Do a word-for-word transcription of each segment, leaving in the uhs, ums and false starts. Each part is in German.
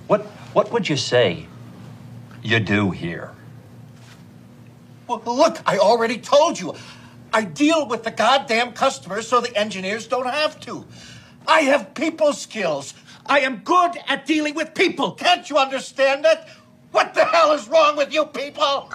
What what would you say you do here? Well, look, I already told you. I deal with the goddamn customers so the engineers don't have to. I have people skills. I am good at dealing with people. Can't you understand that? What the hell is wrong with you people?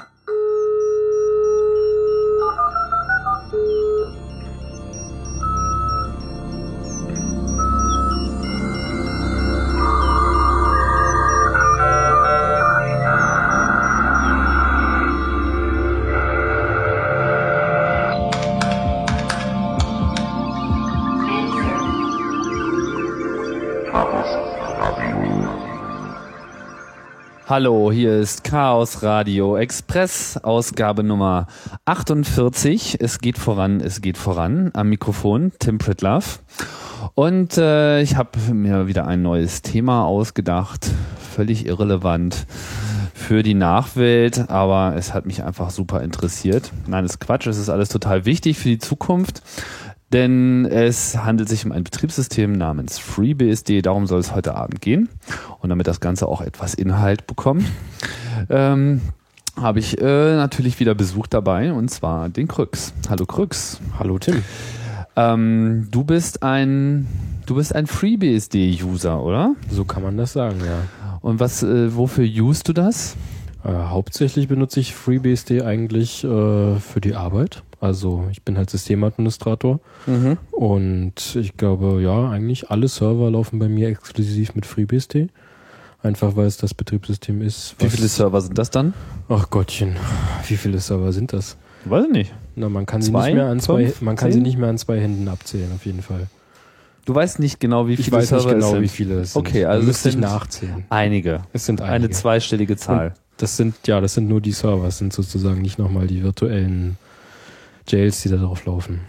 Hallo, hier ist Chaos Radio Express, Ausgabe Nummer achtundvierzig. Es geht voran, es geht voran. Am Mikrofon Tim Pritlove. Und äh, ich habe mir wieder ein neues Thema ausgedacht, völlig irrelevant für die Nachwelt, aber es hat mich einfach super interessiert. Nein, das ist Quatsch, es ist alles total wichtig für die Zukunft. Denn es handelt sich um ein Betriebssystem namens FreeBSD, darum soll es heute Abend gehen. Und damit das Ganze auch etwas Inhalt bekommt, ähm, habe ich äh, natürlich wieder Besuch dabei, und zwar den Krüx. Hallo Krüx. Hallo Tim. Ähm, du bist ein du bist ein FreeBSD-User, oder? So kann man das sagen, ja. Und was, äh, wofür usest du das? Äh, hauptsächlich benutze ich FreeBSD eigentlich äh, für die Arbeit. Also ich bin halt Systemadministrator mhm. und ich glaube, ja, eigentlich alle Server laufen bei mir exklusiv mit FreeBSD. Einfach weil es das Betriebssystem ist. Wie viele Server sind das dann? Ach Gottchen, wie viele Server sind das? Weiß ich nicht. Na, man kann sie zwei, nicht mehr an zwei, fünf, man kann zehn? sie nicht mehr an zwei Händen abzählen, auf jeden Fall. Du weißt nicht genau, wie viele ich weiß Server nicht genau, es sind. wie viele es sind. Okay, also müsste es ich sind nachzählen. Einige. Es sind einige. Eine zweistellige Zahl. Und das sind, ja, das sind nur die Server, das sind sozusagen nicht nochmal die virtuellen Jails, die da drauf laufen.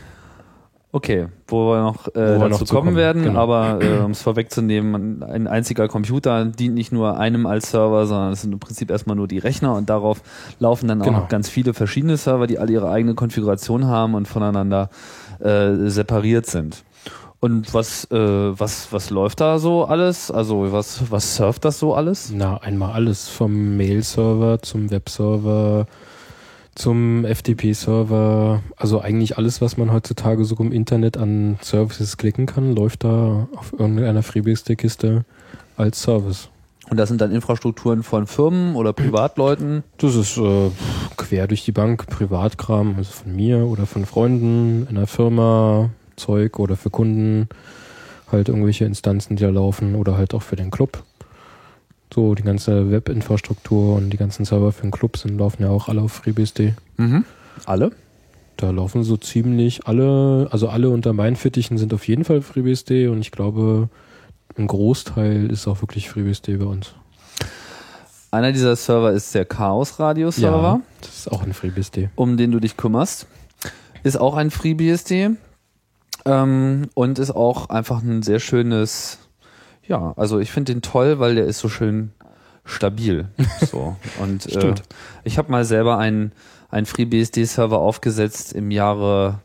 Okay, wo wir noch, äh, wo wir dazu noch kommen, kommen werden, genau. aber äh, um es vorwegzunehmen, ein einziger Computer dient nicht nur einem als Server, sondern es sind im Prinzip erstmal nur die Rechner, und darauf laufen dann auch genau. noch ganz viele verschiedene Server, die alle ihre eigene Konfiguration haben und voneinander äh, separiert sind. Und was, äh, was, was läuft da so alles? Also was, was surft das so alles? Na, einmal alles, vom Mail-Server zum Webserver, zum F T P-Server, also eigentlich alles, was man heutzutage so im Internet an Services klicken kann, läuft da auf irgendeiner FreeBSD-Kiste als Service. Und das sind dann Infrastrukturen von Firmen oder Privatleuten? Das ist äh, quer durch die Bank, Privatkram, also von mir oder von Freunden in der Firma, Zeug oder für Kunden, halt irgendwelche Instanzen, die da laufen, oder halt auch für den Club. So, die ganze Webinfrastruktur und die ganzen Server für den Club sind, laufen ja auch alle auf FreeBSD. Mhm. Alle? Da laufen so ziemlich alle, also alle unter meinen Fittichen sind auf jeden Fall FreeBSD, und ich glaube, ein Großteil ist auch wirklich FreeBSD bei uns. Einer dieser Server ist der Chaos Radio Server. Ja, das ist auch ein FreeBSD. Um den du dich kümmerst. Ist auch ein FreeBSD. Ähm, und ist auch einfach ein sehr schönes, ja, also ich finde den toll, weil der ist so schön stabil. So. Und äh, ich habe mal selber einen, einen FreeBSD-Server aufgesetzt im Jahre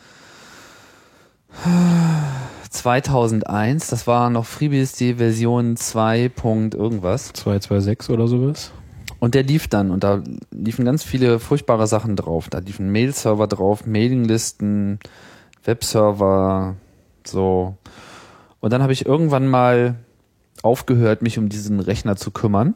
zweitausendeins. Das war noch FreeBSD Version zwei. irgendwas. zwei Punkt sechsundzwanzig oder sowas. Und der lief dann, und da liefen ganz viele furchtbare Sachen drauf. Da liefen Mail-Server drauf, Mailinglisten, Webserver, so. Und dann habe ich irgendwann mal aufgehört, mich um diesen Rechner zu kümmern.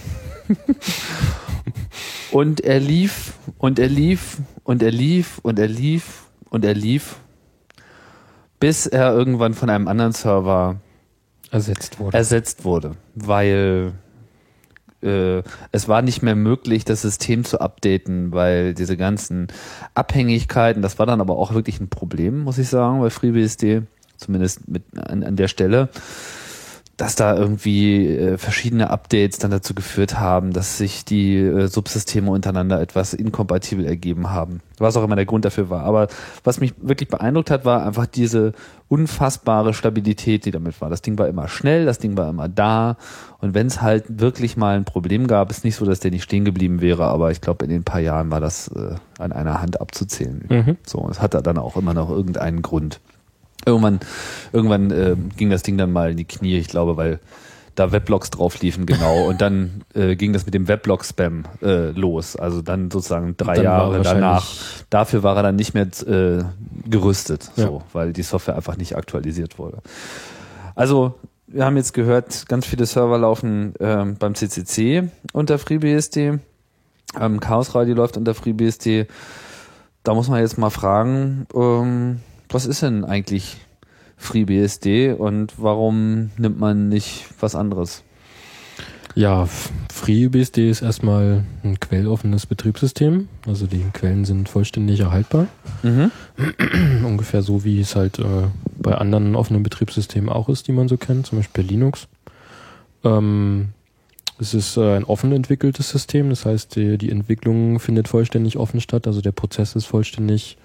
Und er lief, und er lief, und er lief, und er lief, und er lief, bis er irgendwann von einem anderen Server ersetzt wurde. Ersetzt wurde, weil äh, es war nicht mehr möglich, das System zu updaten, weil diese ganzen Abhängigkeiten, das war dann aber auch wirklich ein Problem, muss ich sagen, bei FreeBSD, zumindest mit an, an der Stelle, dass da irgendwie äh, verschiedene Updates dann dazu geführt haben, dass sich die äh, Subsysteme untereinander etwas inkompatibel ergeben haben. Was auch immer der Grund dafür war. Aber was mich wirklich beeindruckt hat, war einfach diese unfassbare Stabilität, die damit war. Das Ding war immer schnell, das Ding war immer da. Und wenn es halt wirklich mal ein Problem gab, ist nicht so, dass der nicht stehen geblieben wäre, aber ich glaube, in den paar Jahren war das äh, an einer Hand abzuzählen. Mhm. So, es hatte dann auch immer noch irgendeinen Grund. Irgendwann, irgendwann äh, ging das Ding dann mal in die Knie, ich glaube, weil da Weblogs drauf liefen, genau. Und dann äh, ging das mit dem Weblog-Spam äh, los. Also dann sozusagen drei Dann war Jahre danach. wahrscheinlich- Dafür war er dann nicht mehr äh, gerüstet, Ja. so, weil die Software einfach nicht aktualisiert wurde. Also wir haben jetzt gehört, ganz viele Server laufen ähm, beim C C C unter FreeBSD. Ähm, Chaos Radio läuft unter FreeBSD. Da muss man jetzt mal fragen, ähm, was ist denn eigentlich FreeBSD und warum nimmt man nicht was anderes? Ja, F- FreeBSD ist erstmal ein quelloffenes Betriebssystem. Also die Quellen sind vollständig erhaltbar. Mhm. Ungefähr so, wie es halt äh, bei anderen offenen Betriebssystemen auch ist, die man so kennt, zum Beispiel Linux. Ähm, es ist äh, ein offen entwickeltes System, das heißt, die, die Entwicklung findet vollständig offen statt, also der Prozess ist vollständig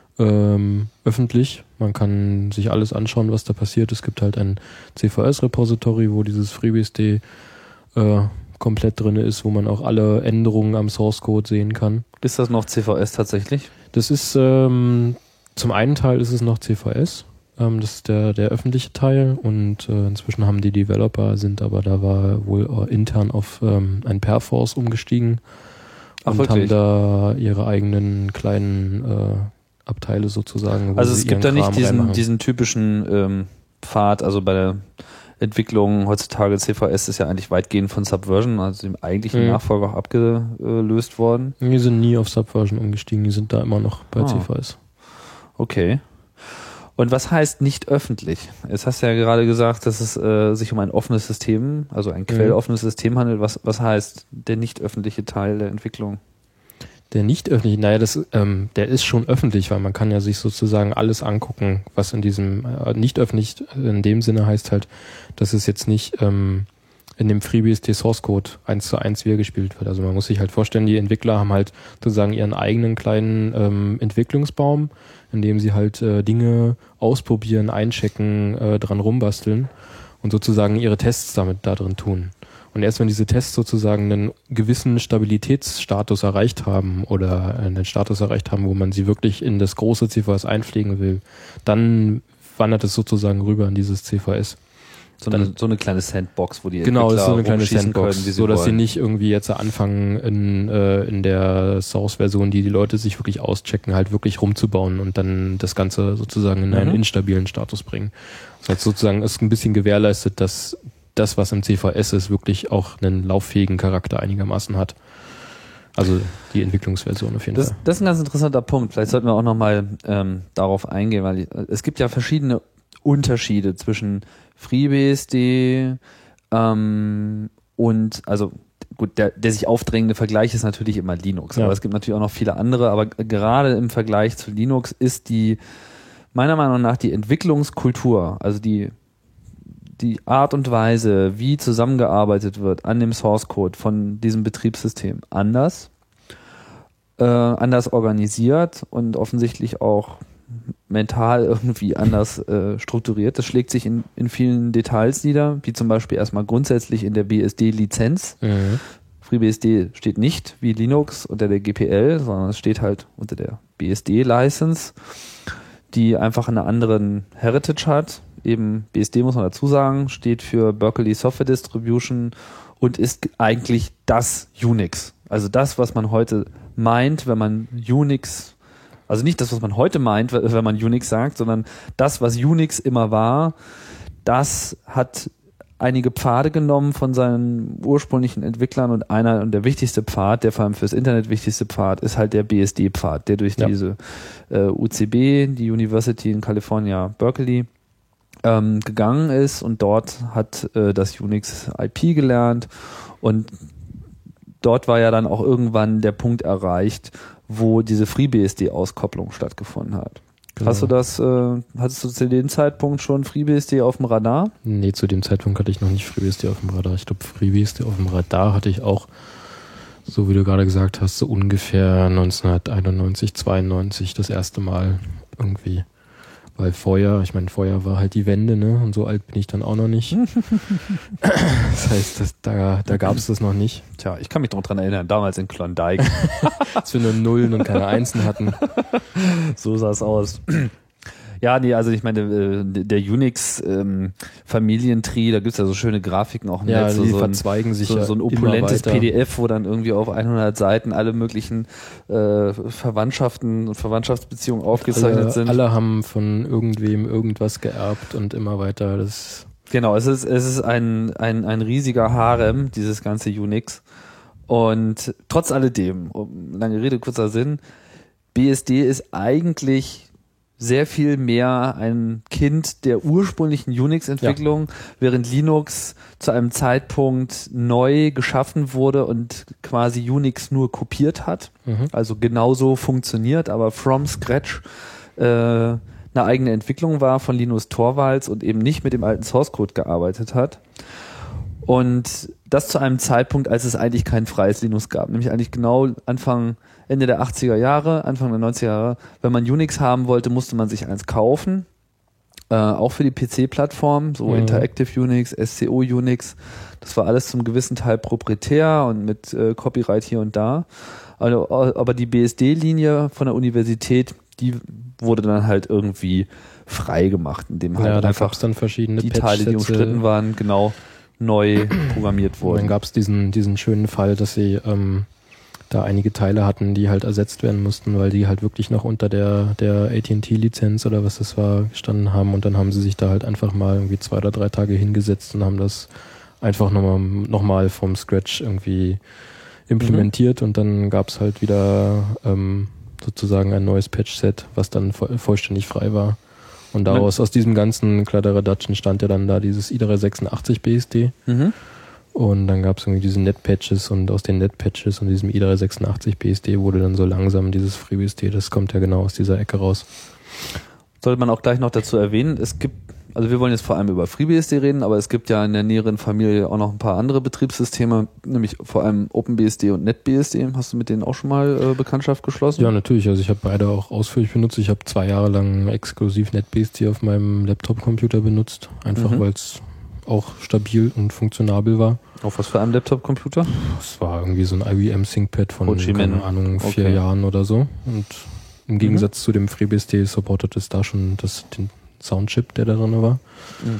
ähm, öffentlich. Man kann sich alles anschauen, was da passiert. Es gibt halt ein C V S-Repository, wo dieses FreeBSD äh, komplett drin ist, wo man auch alle Änderungen am Source-Code sehen kann. Ist das noch C V S tatsächlich? Das ist ähm, zum einen Teil ist es noch C V S, ähm, das ist der, der öffentliche Teil und äh, inzwischen haben die Developer, sind aber da war wohl äh, intern auf ähm, ein Perforce umgestiegen Ach, und wirklich? haben da ihre eigenen kleinen äh, Abteile sozusagen. Wo Also sie es gibt ihren da nicht Kram diesen, reinmachen. diesen typischen ähm, Pfad, also bei der Entwicklung heutzutage C V S ist ja eigentlich weitgehend von Subversion, also dem eigentlichen Mhm. Nachfolger auch abgelöst worden. Die sind nie auf Subversion umgestiegen, die sind da immer noch bei Ah. C V S. Okay. Und was heißt nicht öffentlich? Jetzt hast du ja gerade gesagt, dass es äh, sich um ein offenes System, also ein quelloffenes System handelt. Was, was heißt der nicht öffentliche Teil der Entwicklung? Der nicht öffentliche, naja, das, ähm, der ist schon öffentlich, weil man kann ja sich sozusagen alles angucken, was in diesem, äh, nicht öffentlich in dem Sinne heißt halt, dass es jetzt nicht ähm, in dem FreeBSD Source Code eins zu eins wiedergespielt wird. Also man muss sich halt vorstellen, die Entwickler haben halt sozusagen ihren eigenen kleinen ähm, Entwicklungsbaum, in dem sie halt äh, Dinge ausprobieren, einchecken, äh, dran rumbasteln und sozusagen ihre Tests damit da drin tun. Und erst wenn diese Tests sozusagen einen gewissen Stabilitätsstatus erreicht haben oder einen Status erreicht haben, wo man sie wirklich in das große C V S einpflegen will, dann wandert es sozusagen rüber in dieses C V S. So eine, so eine kleine Sandbox, wo die Genau, das ist so eine kleine rumschießen Sandbox, können, wie sie so dass sie wollen. nicht irgendwie jetzt anfangen in, äh, in der Source-Version, die die Leute sich wirklich auschecken, halt wirklich rumzubauen und dann das Ganze sozusagen in einen Mhm. instabilen Status bringen. Das heißt sozusagen ist ein bisschen gewährleistet, dass das, was im C V S ist, wirklich auch einen lauffähigen Charakter einigermaßen hat. Also die Entwicklungsversion auf jeden Das, Fall. das ist ein ganz interessanter Punkt. Vielleicht sollten wir auch nochmal ähm, darauf eingehen, weil ich, es gibt ja verschiedene Unterschiede zwischen FreeBSD ähm, und, also gut, der, der sich aufdrängende Vergleich ist natürlich immer Linux, Ja. aber es gibt natürlich auch noch viele andere, aber g- gerade im Vergleich zu Linux ist die, meiner Meinung nach, die Entwicklungskultur, also die die Art und Weise, wie zusammengearbeitet wird an dem Source Code von diesem Betriebssystem anders, äh, anders organisiert und offensichtlich auch mental irgendwie anders äh, strukturiert. Das schlägt sich in, in vielen Details nieder, wie zum Beispiel erstmal grundsätzlich in der B S D-Lizenz. Mhm. FreeBSD steht nicht wie Linux unter der G P L, sondern es steht halt unter der B S D-License, die einfach einen anderen Heritage hat. Eben B S D, muss man dazu sagen, steht für Berkeley Software Distribution und ist eigentlich das Unix. Also das, was man heute meint, wenn man Unix, also nicht das, was man heute meint, wenn man Unix sagt, sondern das, was Unix immer war, das hat einige Pfade genommen von seinen ursprünglichen Entwicklern und einer und der wichtigste Pfad, der vor allem fürs Internet wichtigste Pfad, ist halt der B S D-Pfad, der durch Ja. diese äh, U C B, die University in California, Berkeley, ähm, gegangen ist und dort hat äh, das Unix I P gelernt und dort war ja dann auch irgendwann der Punkt erreicht, wo diese FreeBSD-Auskopplung stattgefunden hat. Genau. Hast du das, äh, hattest du zu dem Zeitpunkt schon FreeBSD auf dem Radar? Nee, zu dem Zeitpunkt hatte ich noch nicht FreeBSD auf dem Radar. Ich glaube, FreeBSD auf dem Radar hatte ich auch, so wie du gerade gesagt hast, so ungefähr neunzehnhunderteinundneunzig, zweiundneunzig das erste Mal irgendwie. Weil vorher, ich meine, vorher war halt die Wende, ne? Und so alt bin ich dann auch noch nicht. Das heißt, das, da, da gab es das noch nicht. Tja, ich kann mich noch dran erinnern, damals in Klondike. Als wir nur Nullen und keine Einsen hatten. So sah es aus. Ja, nee, also ich meine, äh, der Unix-Familientree, ähm, da gibt's ja so schöne Grafiken auch im Ja, Netz. die so verzweigen ein, sich so, ja so ein immer opulentes weiter. P D F, wo dann irgendwie auf hundert Seiten alle möglichen äh, Verwandtschaften und Verwandtschaftsbeziehungen aufgezeichnet alle, sind. Alle haben von irgendwem irgendwas geerbt und immer weiter. Das Genau, es ist, es ist ein, ein, ein riesiger Harem, dieses ganze Unix. Und trotz alledem, um lange Rede, kurzer Sinn, B S D ist eigentlich sehr viel mehr ein Kind der ursprünglichen Unix-Entwicklung, ja. während Linux zu einem Zeitpunkt neu geschaffen wurde und quasi Unix nur kopiert hat. Mhm. Also genauso funktioniert, aber from scratch äh, eine eigene Entwicklung war von Linus Torvalds und eben nicht mit dem alten Source-Code gearbeitet hat. Und das zu einem Zeitpunkt, als es eigentlich kein freies Linux gab, nämlich eigentlich genau Anfang, Ende der achtziger Jahre, Anfang der neunziger Jahre. Wenn man Unix haben wollte, musste man sich eins kaufen, äh, auch für die P C-Plattform, so mhm. Interactive Unix, S C O Unix. Das war alles zum gewissen Teil proprietär und mit äh, Copyright hier und da. Also, aber die B S D-Linie von der Universität, die wurde dann halt irgendwie frei gemacht, indem halt ja, da einfach dann verschiedene die Teile, die umstritten waren, genau neu programmiert wurden. Und dann gab es diesen, diesen schönen Fall, dass sie ähm, da einige Teile hatten, die halt ersetzt werden mussten, weil die halt wirklich noch unter der, der A T and T-Lizenz oder was das war, gestanden haben. Und dann haben sie sich da halt einfach mal irgendwie zwei oder drei Tage hingesetzt und haben das einfach nochmal noch mal vom Scratch irgendwie implementiert. Mhm. Und dann gab es halt wieder ähm, sozusagen ein neues Patch-Set, was dann vo- vollständig frei war. Und daraus, aus diesem ganzen Kladderadatsch entstand ja dann da dieses I drei sechsundachtzig B S D. Mhm. Und dann gab es irgendwie diese Net-Patches und aus den Net-Patches und diesem I drei sechsundachtzig B S D wurde dann so langsam dieses FreeBSD, das kommt ja genau aus dieser Ecke raus. Sollte man auch gleich noch dazu erwähnen, es gibt, also wir wollen jetzt vor allem über FreeBSD reden, aber es gibt ja in der näheren Familie auch noch ein paar andere Betriebssysteme, nämlich vor allem OpenBSD und NetBSD. Hast du mit denen auch schon mal äh, Bekanntschaft geschlossen? Ja, natürlich. Also ich habe beide auch ausführlich benutzt. Ich habe zwei Jahre lang exklusiv NetBSD auf meinem Laptop-Computer benutzt, einfach mhm. weil es auch stabil und funktionabel war. Auf was für einem Laptop-Computer? Es war irgendwie so ein I B M ThinkPad von, keine Ahnung, vier okay. Jahren oder so. Und im Gegensatz mhm. zu dem FreeBSD supportet es da schon das, den Soundchip, der da drin war. Mhm.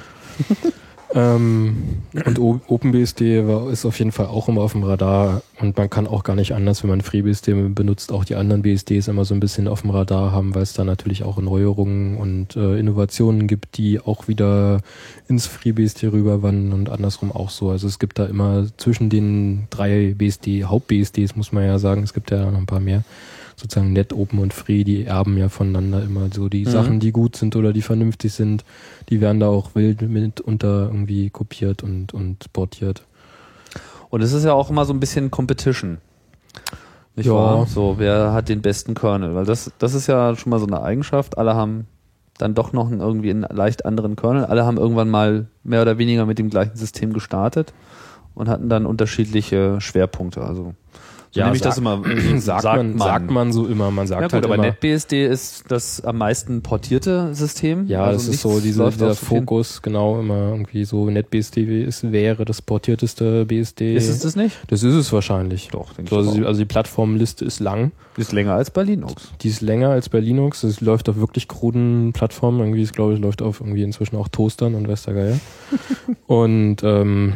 ähm, und o- OpenBSD war, ist auf jeden Fall auch immer auf dem Radar und man kann auch gar nicht anders, wenn man FreeBSD benutzt, auch die anderen B S Ds immer so ein bisschen auf dem Radar haben, weil es da natürlich auch Neuerungen und äh, Innovationen gibt, die auch wieder ins FreeBSD rüberwandern und andersrum auch so. Also es gibt da immer zwischen den drei B S D, Haupt-B S Ds muss man ja sagen, es gibt ja noch ein paar mehr, sozusagen Net, Open und Free, die erben ja voneinander immer so die mhm. Sachen, die gut sind oder die vernünftig sind, die werden da auch wild mitunter irgendwie kopiert und, und portiert. Und es ist ja auch immer so ein bisschen Competition. Nicht ja. wahr? So, wer hat den besten Kernel? Weil das, das ist ja schon mal so eine Eigenschaft. Alle haben dann doch noch einen, irgendwie einen leicht anderen Kernel. Alle haben irgendwann mal mehr oder weniger mit dem gleichen System gestartet und hatten dann unterschiedliche Schwerpunkte. Also So ja, nehme ich sag, das immer. Sagt, sagt, man, man. sagt man so immer. Man sagt ja, gut, halt aber immer. NetBSD ist das am meisten portierte System. Ja, also das ist so diese, dieser Fokus, genau, immer irgendwie so. NetBSD ist, wäre das portierteste B S D. Ist es das nicht? Das ist es wahrscheinlich. Doch, denke so, ich also, auch. also die Plattformliste ist lang. Die ist länger als bei Linux. Die ist länger als bei Linux. Es läuft auf wirklich kruden Plattformen. Irgendwie ist, glaube ich, läuft auf irgendwie inzwischen auch Toastern und weiß der Geier. Und ähm,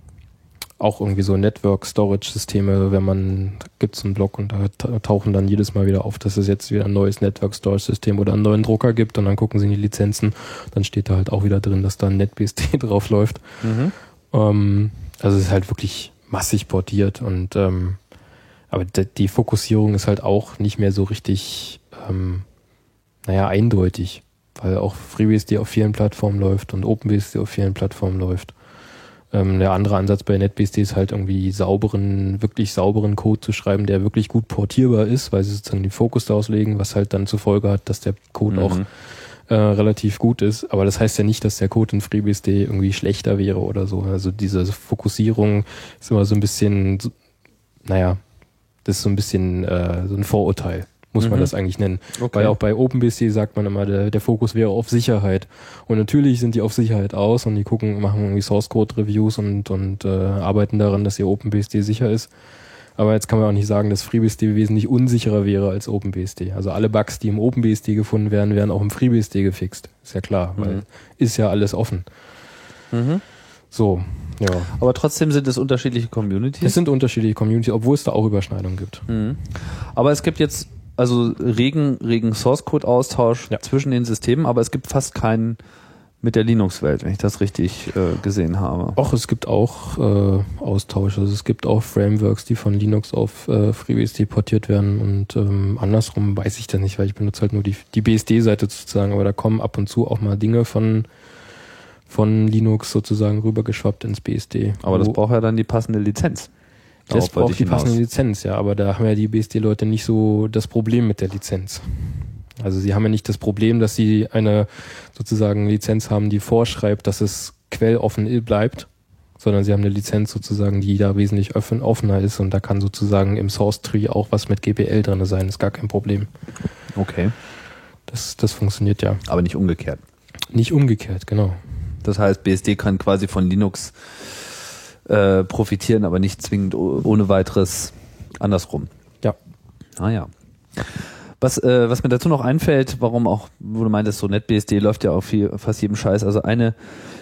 auch irgendwie so Network-Storage-Systeme, wenn man, gibt es einen Blog und da tauchen dann jedes Mal wieder auf, dass es jetzt wieder ein neues Network-Storage-System oder einen neuen Drucker gibt und dann gucken sie in die Lizenzen, dann steht da halt auch wieder drin, dass da ein NetBSD drauf läuft. Mhm. Ähm, also es ist halt wirklich massig portiert und ähm, aber d- die Fokussierung ist halt auch nicht mehr so richtig, ähm, naja, eindeutig, weil auch FreeBSD auf vielen Plattformen läuft und OpenBSD auf vielen Plattformen läuft. Ähm, der andere Ansatz bei NetBSD ist halt irgendwie sauberen, wirklich sauberen Code zu schreiben, der wirklich gut portierbar ist, weil sie sozusagen den Fokus daraus legen, was halt dann zur Folge hat, dass der Code mhm. auch äh, relativ gut ist. Aber das heißt ja nicht, dass der Code in FreeBSD irgendwie schlechter wäre oder so. Also diese Fokussierung ist immer so ein bisschen, so, naja, das ist so ein bisschen äh, so ein Vorurteil, muss mhm. man das eigentlich nennen. Okay. Weil auch bei OpenBSD sagt man immer, der, der Fokus wäre auf Sicherheit. Und natürlich sind die auf Sicherheit aus und die gucken, machen irgendwie Source Code Reviews und, und äh, arbeiten daran, dass ihr OpenBSD sicher ist. Aber jetzt kann man auch nicht sagen, dass FreeBSD wesentlich unsicherer wäre als OpenBSD. Also alle Bugs, die im OpenBSD gefunden werden, werden auch im FreeBSD gefixt. Ist ja klar, weil Mhm. ist ja alles offen. Mhm. So, ja. Aber trotzdem sind es unterschiedliche Communities. Es sind unterschiedliche Communities, obwohl es da auch Überschneidungen gibt. Mhm. Aber es gibt jetzt also regen, regen Source-Code-Austausch Ja. zwischen den Systemen, aber es gibt fast keinen mit der Linux-Welt, wenn ich das richtig äh, gesehen habe. Auch es gibt auch äh, Austausch. Also es gibt auch Frameworks, die von Linux auf äh, FreeBSD portiert werden und ähm, andersrum weiß ich das nicht, weil ich benutze halt nur die, die B S D-Seite sozusagen, aber da kommen ab und zu auch mal Dinge von von Linux sozusagen rübergeschwappt ins B S D. Aber das Wo- braucht ja dann die passende Lizenz. das Darauf wollte braucht ich die hinaus. passende Lizenz, ja, aber da haben ja die B S D-Leute nicht so das Problem mit der Lizenz. Also sie haben ja nicht das Problem, dass sie eine sozusagen Lizenz haben, die vorschreibt, dass es quelloffen bleibt, sondern sie haben eine Lizenz sozusagen, die da wesentlich offen, offener ist und da kann sozusagen im Source Tree auch was mit G P L drin sein, ist gar kein Problem. Okay, Das, das funktioniert ja. aber nicht umgekehrt. Nicht umgekehrt, genau. Das heißt, B S D kann quasi von Linux äh, profitieren, aber nicht zwingend o- ohne weiteres andersrum. Ja. Ah ja. Was, äh, was mir dazu noch einfällt, warum auch, wo du meintest, so NetBSD läuft ja auf viel, fast jedem Scheiß. Also eine,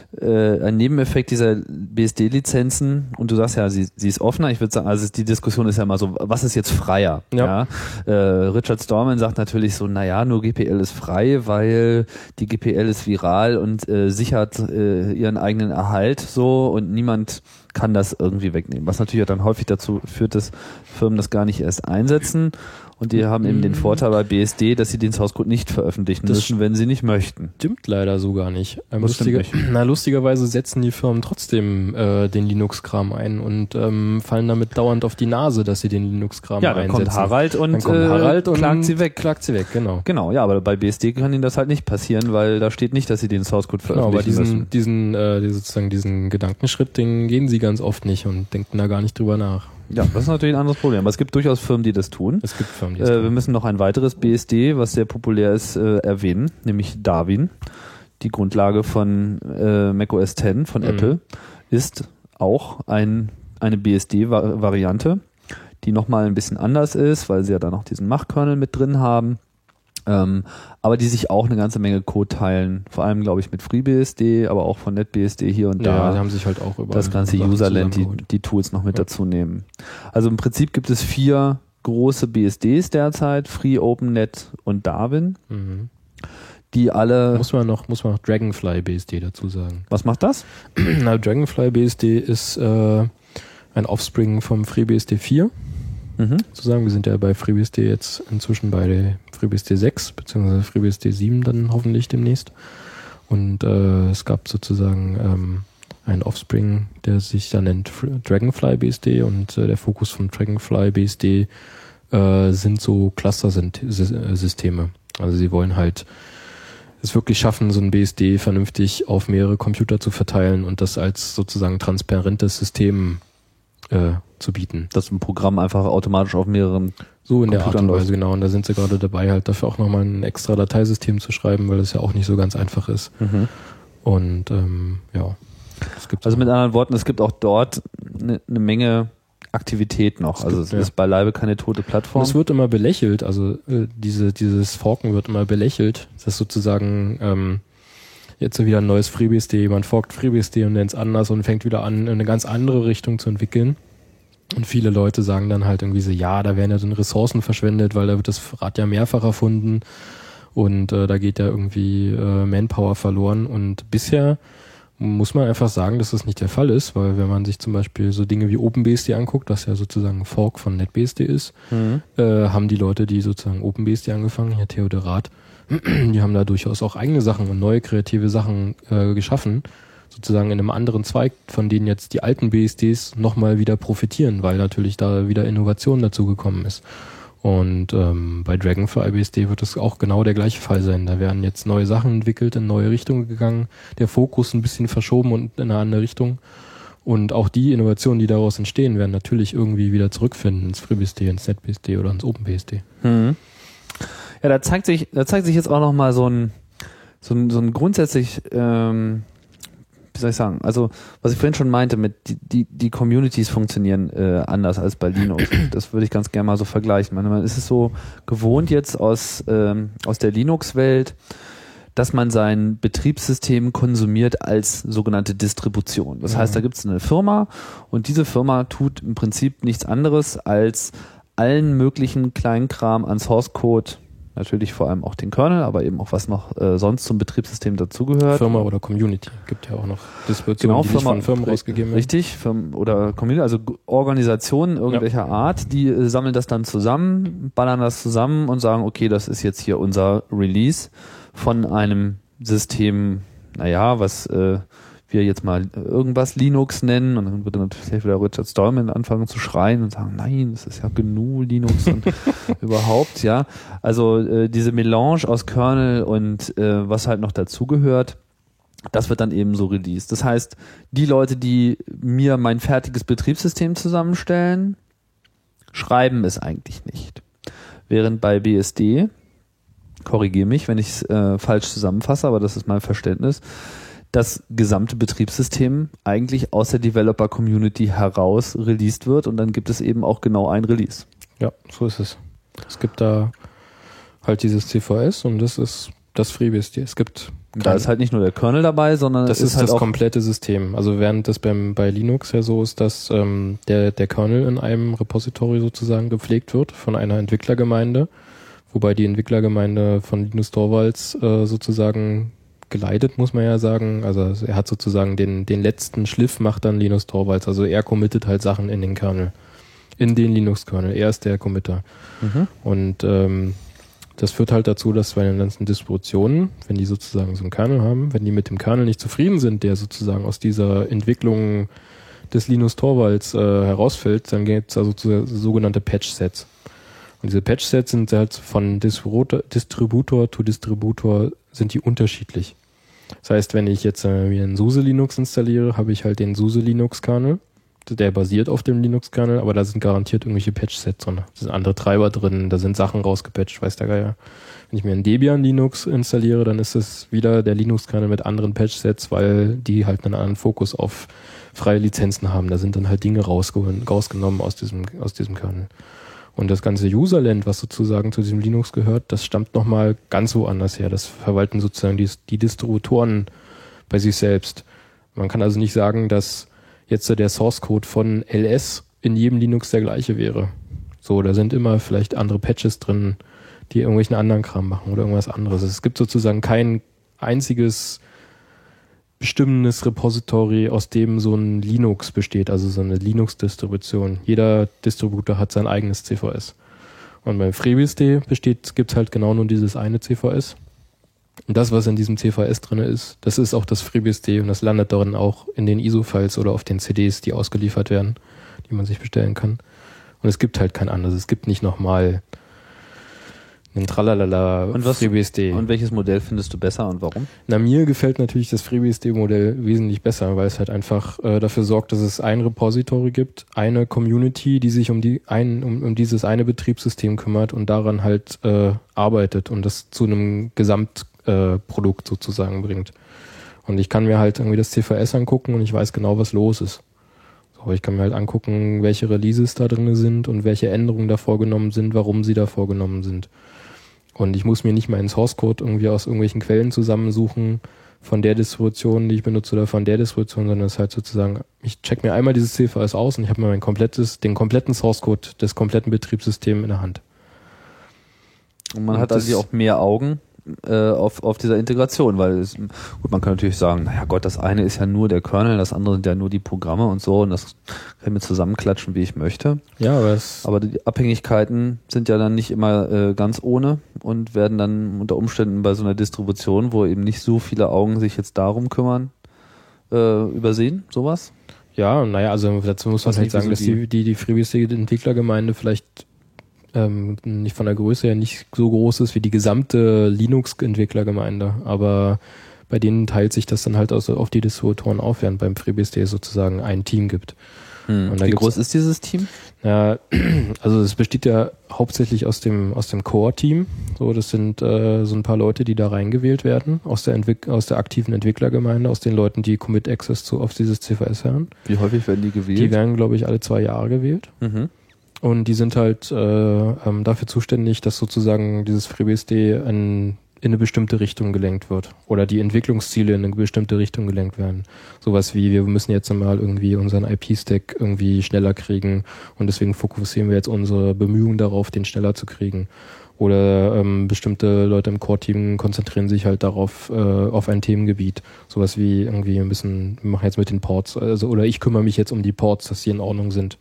äh, ein Nebeneffekt dieser B S D-Lizenzen, und du sagst ja, sie, sie ist offener. Ich würde sagen, also die Diskussion ist ja mal so, was ist jetzt freier? Ja. Äh, Richard Stallman sagt natürlich so, naja, nur G P L ist frei, weil die G P L ist viral und äh, sichert äh, ihren eigenen Erhalt so und niemand kann das irgendwie wegnehmen. Was natürlich dann häufig dazu führt, dass Firmen das gar nicht erst einsetzen. Und die haben eben den Vorteil bei B S D, dass sie den Source Code nicht veröffentlichen Das müssen, wenn sie nicht möchten. Stimmt leider so gar nicht. Ähm, Was stimmt lustiger, na, lustigerweise setzen die Firmen trotzdem äh, den Linux-Kram ein und ähm, fallen damit dauernd auf die Nase, dass sie den Linux-Kram Ja, dann einsetzen. kommt Harald und, dann kommt äh, Harald und klagt sie weg. Klagt sie weg, genau. Genau, ja, aber bei B S D kann ihnen das halt nicht passieren, weil da steht nicht, dass sie den Source Code Genau, aber veröffentlichen diesen, müssen. diesen, äh, die- sozusagen diesen Gedankenschritt, den gehen sie ganz oft nicht und denken da gar nicht drüber nach. Ja, das ist natürlich ein anderes Problem. Aber es gibt durchaus Firmen, die das tun. Es gibt Firmen, die das Äh, wir tun. müssen noch ein weiteres B S D, was sehr populär ist, äh, erwähnen, nämlich Darwin. Die Grundlage von äh, macOS X von Mhm. Apple ist auch ein, eine B S D-Variante, die nochmal ein bisschen anders ist, weil sie ja da noch diesen Mach-Kernel mit drin haben. Ähm, aber die sich auch eine ganze Menge Code teilen, vor allem glaube ich mit FreeBSD, aber auch von NetBSD hier und Ja, da. die haben sich halt auch über das ganze Sachen Userland, die, zusammengeholt. die Tools noch mit Ja. dazu nehmen. Also im Prinzip gibt es vier große B S Ds derzeit, Free, OpenNet und Darwin, Mhm. die alle, Muss man noch, muss man noch Dragonfly B S D dazu sagen. was macht das? Na, Dragonfly B S D ist äh, ein Offspring vom FreeBSD vier. Mhm. Sozusagen, wir sind ja bei FreeBSD jetzt inzwischen bei FreeBSD sechs, beziehungsweise FreeBSD sieben dann hoffentlich demnächst. Und äh, es gab sozusagen ähm, einen Offspring, der sich dann nennt Fr- Dragonfly B S D und äh, der Fokus von Dragonfly B S D äh, sind so Cluster-Systeme. Also sie wollen halt es wirklich schaffen, so ein B S D vernünftig auf mehrere Computer zu verteilen und das als sozusagen transparentes System äh, zu bieten. Dass ein Programm einfach automatisch auf mehreren, So in der Art Computern und Weise, läuft. genau. Und da sind sie gerade dabei, halt dafür auch nochmal ein extra Dateisystem zu schreiben, weil das ja auch nicht so ganz einfach ist. Und ähm, ja, es gibt also mit anderen Worten, es gibt auch dort eine, eine Menge Aktivität noch. Es Also gibt, es ja. ist beileibe keine tote und Plattform. es wird immer belächelt, also äh, diese, dieses Forken wird immer belächelt, dass sozusagen ähm, jetzt so wieder ein neues FreeBSD, jemand forkt FreeBSD und nennt es anders und fängt wieder an, in eine ganz andere Richtung zu entwickeln. Und viele Leute sagen dann halt irgendwie so, ja, da werden ja dann Ressourcen verschwendet, weil da wird das Rad ja mehrfach erfunden und äh, da geht ja irgendwie äh, Manpower verloren. Und bisher muss man einfach sagen, dass das nicht der Fall ist, weil wenn man sich zum Beispiel so Dinge wie OpenBSD anguckt, was ja sozusagen ein Fork von NetBSD ist, Mhm. äh, haben die Leute, die sozusagen OpenBSD angefangen, hier Theodorat, die haben da durchaus auch eigene Sachen und neue kreative Sachen äh, geschaffen, sozusagen in einem anderen Zweig, von denen jetzt die alten B S Ds nochmal wieder profitieren, weil natürlich da wieder Innovation dazu gekommen ist. Und ähm, bei Dragonfly B S D wird es auch genau der gleiche Fall sein. Da werden jetzt neue Sachen entwickelt, in neue Richtungen gegangen, der Fokus ein bisschen verschoben und in eine andere Richtung. Und auch die Innovationen, die daraus entstehen, werden natürlich irgendwie wieder zurückfinden ins FreeBSD, ins NetBSD oder ins OpenBSD. Mhm. Ja, da zeigt sich, da zeigt sich jetzt auch nochmal so ein, so ein, so ein grundsätzlich ähm, wie soll ich sagen, also was ich vorhin schon meinte, mit die, die, die Communities funktionieren äh, anders als bei Linux. Das würde ich ganz gerne mal so vergleichen. Man, man ist es so gewohnt jetzt aus, ähm, aus der Linux-Welt, dass man sein Betriebssystem konsumiert als sogenannte Distribution. Das heißt, da gibt es eine Firma und diese Firma tut im Prinzip nichts anderes als allen möglichen Kleinkram an Source Code, natürlich vor allem auch den Kernel, aber eben auch was noch äh, sonst zum Betriebssystem dazugehört. Firma oder Community. Gibt ja auch noch Distributionen, genau, die Firma, nicht von Firmen rausgegeben werden. Richtig, Firmen oder Community, also Organisationen irgendwelcher ja. Art, die äh, sammeln das dann zusammen, ballern das zusammen und sagen, okay, das ist jetzt hier unser Release von einem System, naja, was äh, wir jetzt mal irgendwas Linux nennen, und dann würde natürlich wieder Richard Stallman anfangen zu schreien und sagen, nein, das ist ja G N U Linux und überhaupt, ja. Also äh, diese Melange aus Kernel und äh, was halt noch dazugehört, das wird dann eben so released. Das heißt, die Leute, die mir mein fertiges Betriebssystem zusammenstellen, schreiben es eigentlich nicht. Während bei B S D, korrigiere mich, wenn ich es äh, falsch zusammenfasse, aber das ist mein Verständnis, das gesamte Betriebssystem eigentlich aus der Developer-Community heraus released wird und dann gibt es eben auch genau ein Release. Ja, so ist es. Es gibt da halt dieses C V S und das ist das FreeBSD. Es gibt da ist halt nicht nur der Kernel dabei, sondern das es ist ist halt das auch komplette System. Also während das beim bei Linux ja so ist, dass ähm, der der Kernel in einem Repository sozusagen gepflegt wird von einer Entwicklergemeinde, wobei die Entwicklergemeinde von Linus Torvalds äh, sozusagen geleitet, muss man ja sagen. Also er hat sozusagen den den letzten Schliff macht dann Linus Torvalds. Also er committet halt Sachen in den Kernel, in den Linux-Kernel. Er ist der Committer. Mhm. Und ähm, das führt halt dazu, dass bei den ganzen Distributionen, wenn die sozusagen so einen Kernel haben, wenn die mit dem Kernel nicht zufrieden sind, der sozusagen aus dieser Entwicklung des Linus Torvalds äh, herausfällt, dann gibt es also so, sogenannte Patch-Sets. Und diese Patch-Sets sind halt von Distributor, Distributor zu Distributor sind die unterschiedlich. Das heißt, wenn ich jetzt äh, mir einen SUSE Linux installiere, habe ich halt den SUSE Linux Kernel. Der basiert auf dem Linux-Kernel, aber da sind garantiert irgendwelche Patch-Sets drin. Da sind andere Treiber drin, da sind Sachen rausgepatcht, weiß der Geier. Wenn ich mir einen Debian Linux installiere, dann ist es wieder der Linux-Kernel mit anderen Patch-Sets, weil die halt einen anderen Fokus auf freie Lizenzen haben. Da sind dann halt Dinge rausge- rausgenommen aus diesem, aus diesem Kernel. Und das ganze Userland, was sozusagen zu diesem Linux gehört, das stammt nochmal ganz woanders her. Das verwalten sozusagen die, die Distributoren bei sich selbst. Man kann also nicht sagen, dass jetzt der Source Code von L S in jedem Linux der gleiche wäre. So, da sind immer vielleicht andere Patches drin, die irgendwelchen anderen Kram machen oder irgendwas anderes. Es gibt sozusagen kein einziges bestimmendes Repository, aus dem so ein Linux besteht, also so eine Linux-Distribution. Jeder Distributor hat sein eigenes C V S. Und beim FreeBSD besteht, gibt's halt genau nur dieses eine C V S. Und das, was in diesem C V S drin ist, das ist auch das FreeBSD und das landet darin auch in den I S O-Files oder auf den C Ds, die ausgeliefert werden, die man sich bestellen kann. Und es gibt halt kein anderes. Es gibt nicht nochmal einen Tralalala und was, FreeBSD. Und welches Modell findest du besser und warum? Na, mir gefällt natürlich das FreeBSD-Modell wesentlich besser, weil es halt einfach äh, dafür sorgt, dass es ein Repository gibt, eine Community, die sich um die ein, um, um dieses eine Betriebssystem kümmert und daran halt äh, arbeitet und das zu einem Gesamtprodukt äh, sozusagen bringt. Und ich kann mir halt irgendwie das C V S angucken und ich weiß genau, was los ist. So, ich kann mir halt angucken, welche Releases da drin sind und welche Änderungen da vorgenommen sind, warum sie da vorgenommen sind. Und ich muss mir nicht mal einen Source Code irgendwie aus irgendwelchen Quellen zusammensuchen von der Distribution, die ich benutze oder von der Distribution, sondern es ist halt sozusagen, ich check mir einmal dieses C V S aus und ich habe mir mein komplettes, den kompletten Source Code des kompletten Betriebssystems in der Hand. Und man und hat also auch mehr Augen äh, auf, auf dieser Integration, weil es, gut, man kann natürlich sagen, naja Gott, das eine ist ja nur der Kernel, das andere sind ja nur die Programme und so und das kann ich mir zusammenklatschen, wie ich möchte. Ja, aber es aber die Abhängigkeiten sind ja dann nicht immer äh, ganz ohne und werden dann unter Umständen bei so einer Distribution, wo eben nicht so viele Augen sich jetzt darum kümmern, äh, übersehen, sowas? Ja, naja, also dazu muss man halt sagen, dass die, die, die FreeBSD-Entwicklergemeinde vielleicht ähm, nicht von der Größe her nicht so groß ist wie die gesamte Linux-Entwicklergemeinde, aber bei denen teilt sich das dann halt also auf die Distributoren auf, während beim FreeBSD sozusagen ein Team gibt. Hm. Und da Wie gibt's- groß ist dieses Team? Ja, also es besteht ja hauptsächlich aus dem aus dem Core-Team. So, das sind äh, so ein paar Leute, die da reingewählt werden aus der Entwick- aus der aktiven Entwicklergemeinde, aus den Leuten, die Commit Access zu auf dieses C V S haben. Wie häufig werden die gewählt? Die werden, glaube ich, alle zwei Jahre gewählt. mhm. Und die sind halt äh, ähm, dafür zuständig, dass sozusagen dieses FreeBSD in, in eine bestimmte Richtung gelenkt wird. Oder die Entwicklungsziele in eine bestimmte Richtung gelenkt werden. Sowas wie, wir müssen jetzt mal irgendwie unseren I P-Stack irgendwie schneller kriegen und deswegen fokussieren wir jetzt unsere Bemühungen darauf, den schneller zu kriegen. Oder ähm, bestimmte Leute im Core-Team konzentrieren sich halt darauf, äh, auf ein Themengebiet. Sowas wie irgendwie ein bisschen, wir machen jetzt mit den Ports, also oder ich kümmere mich jetzt um die Ports, dass die in Ordnung sind.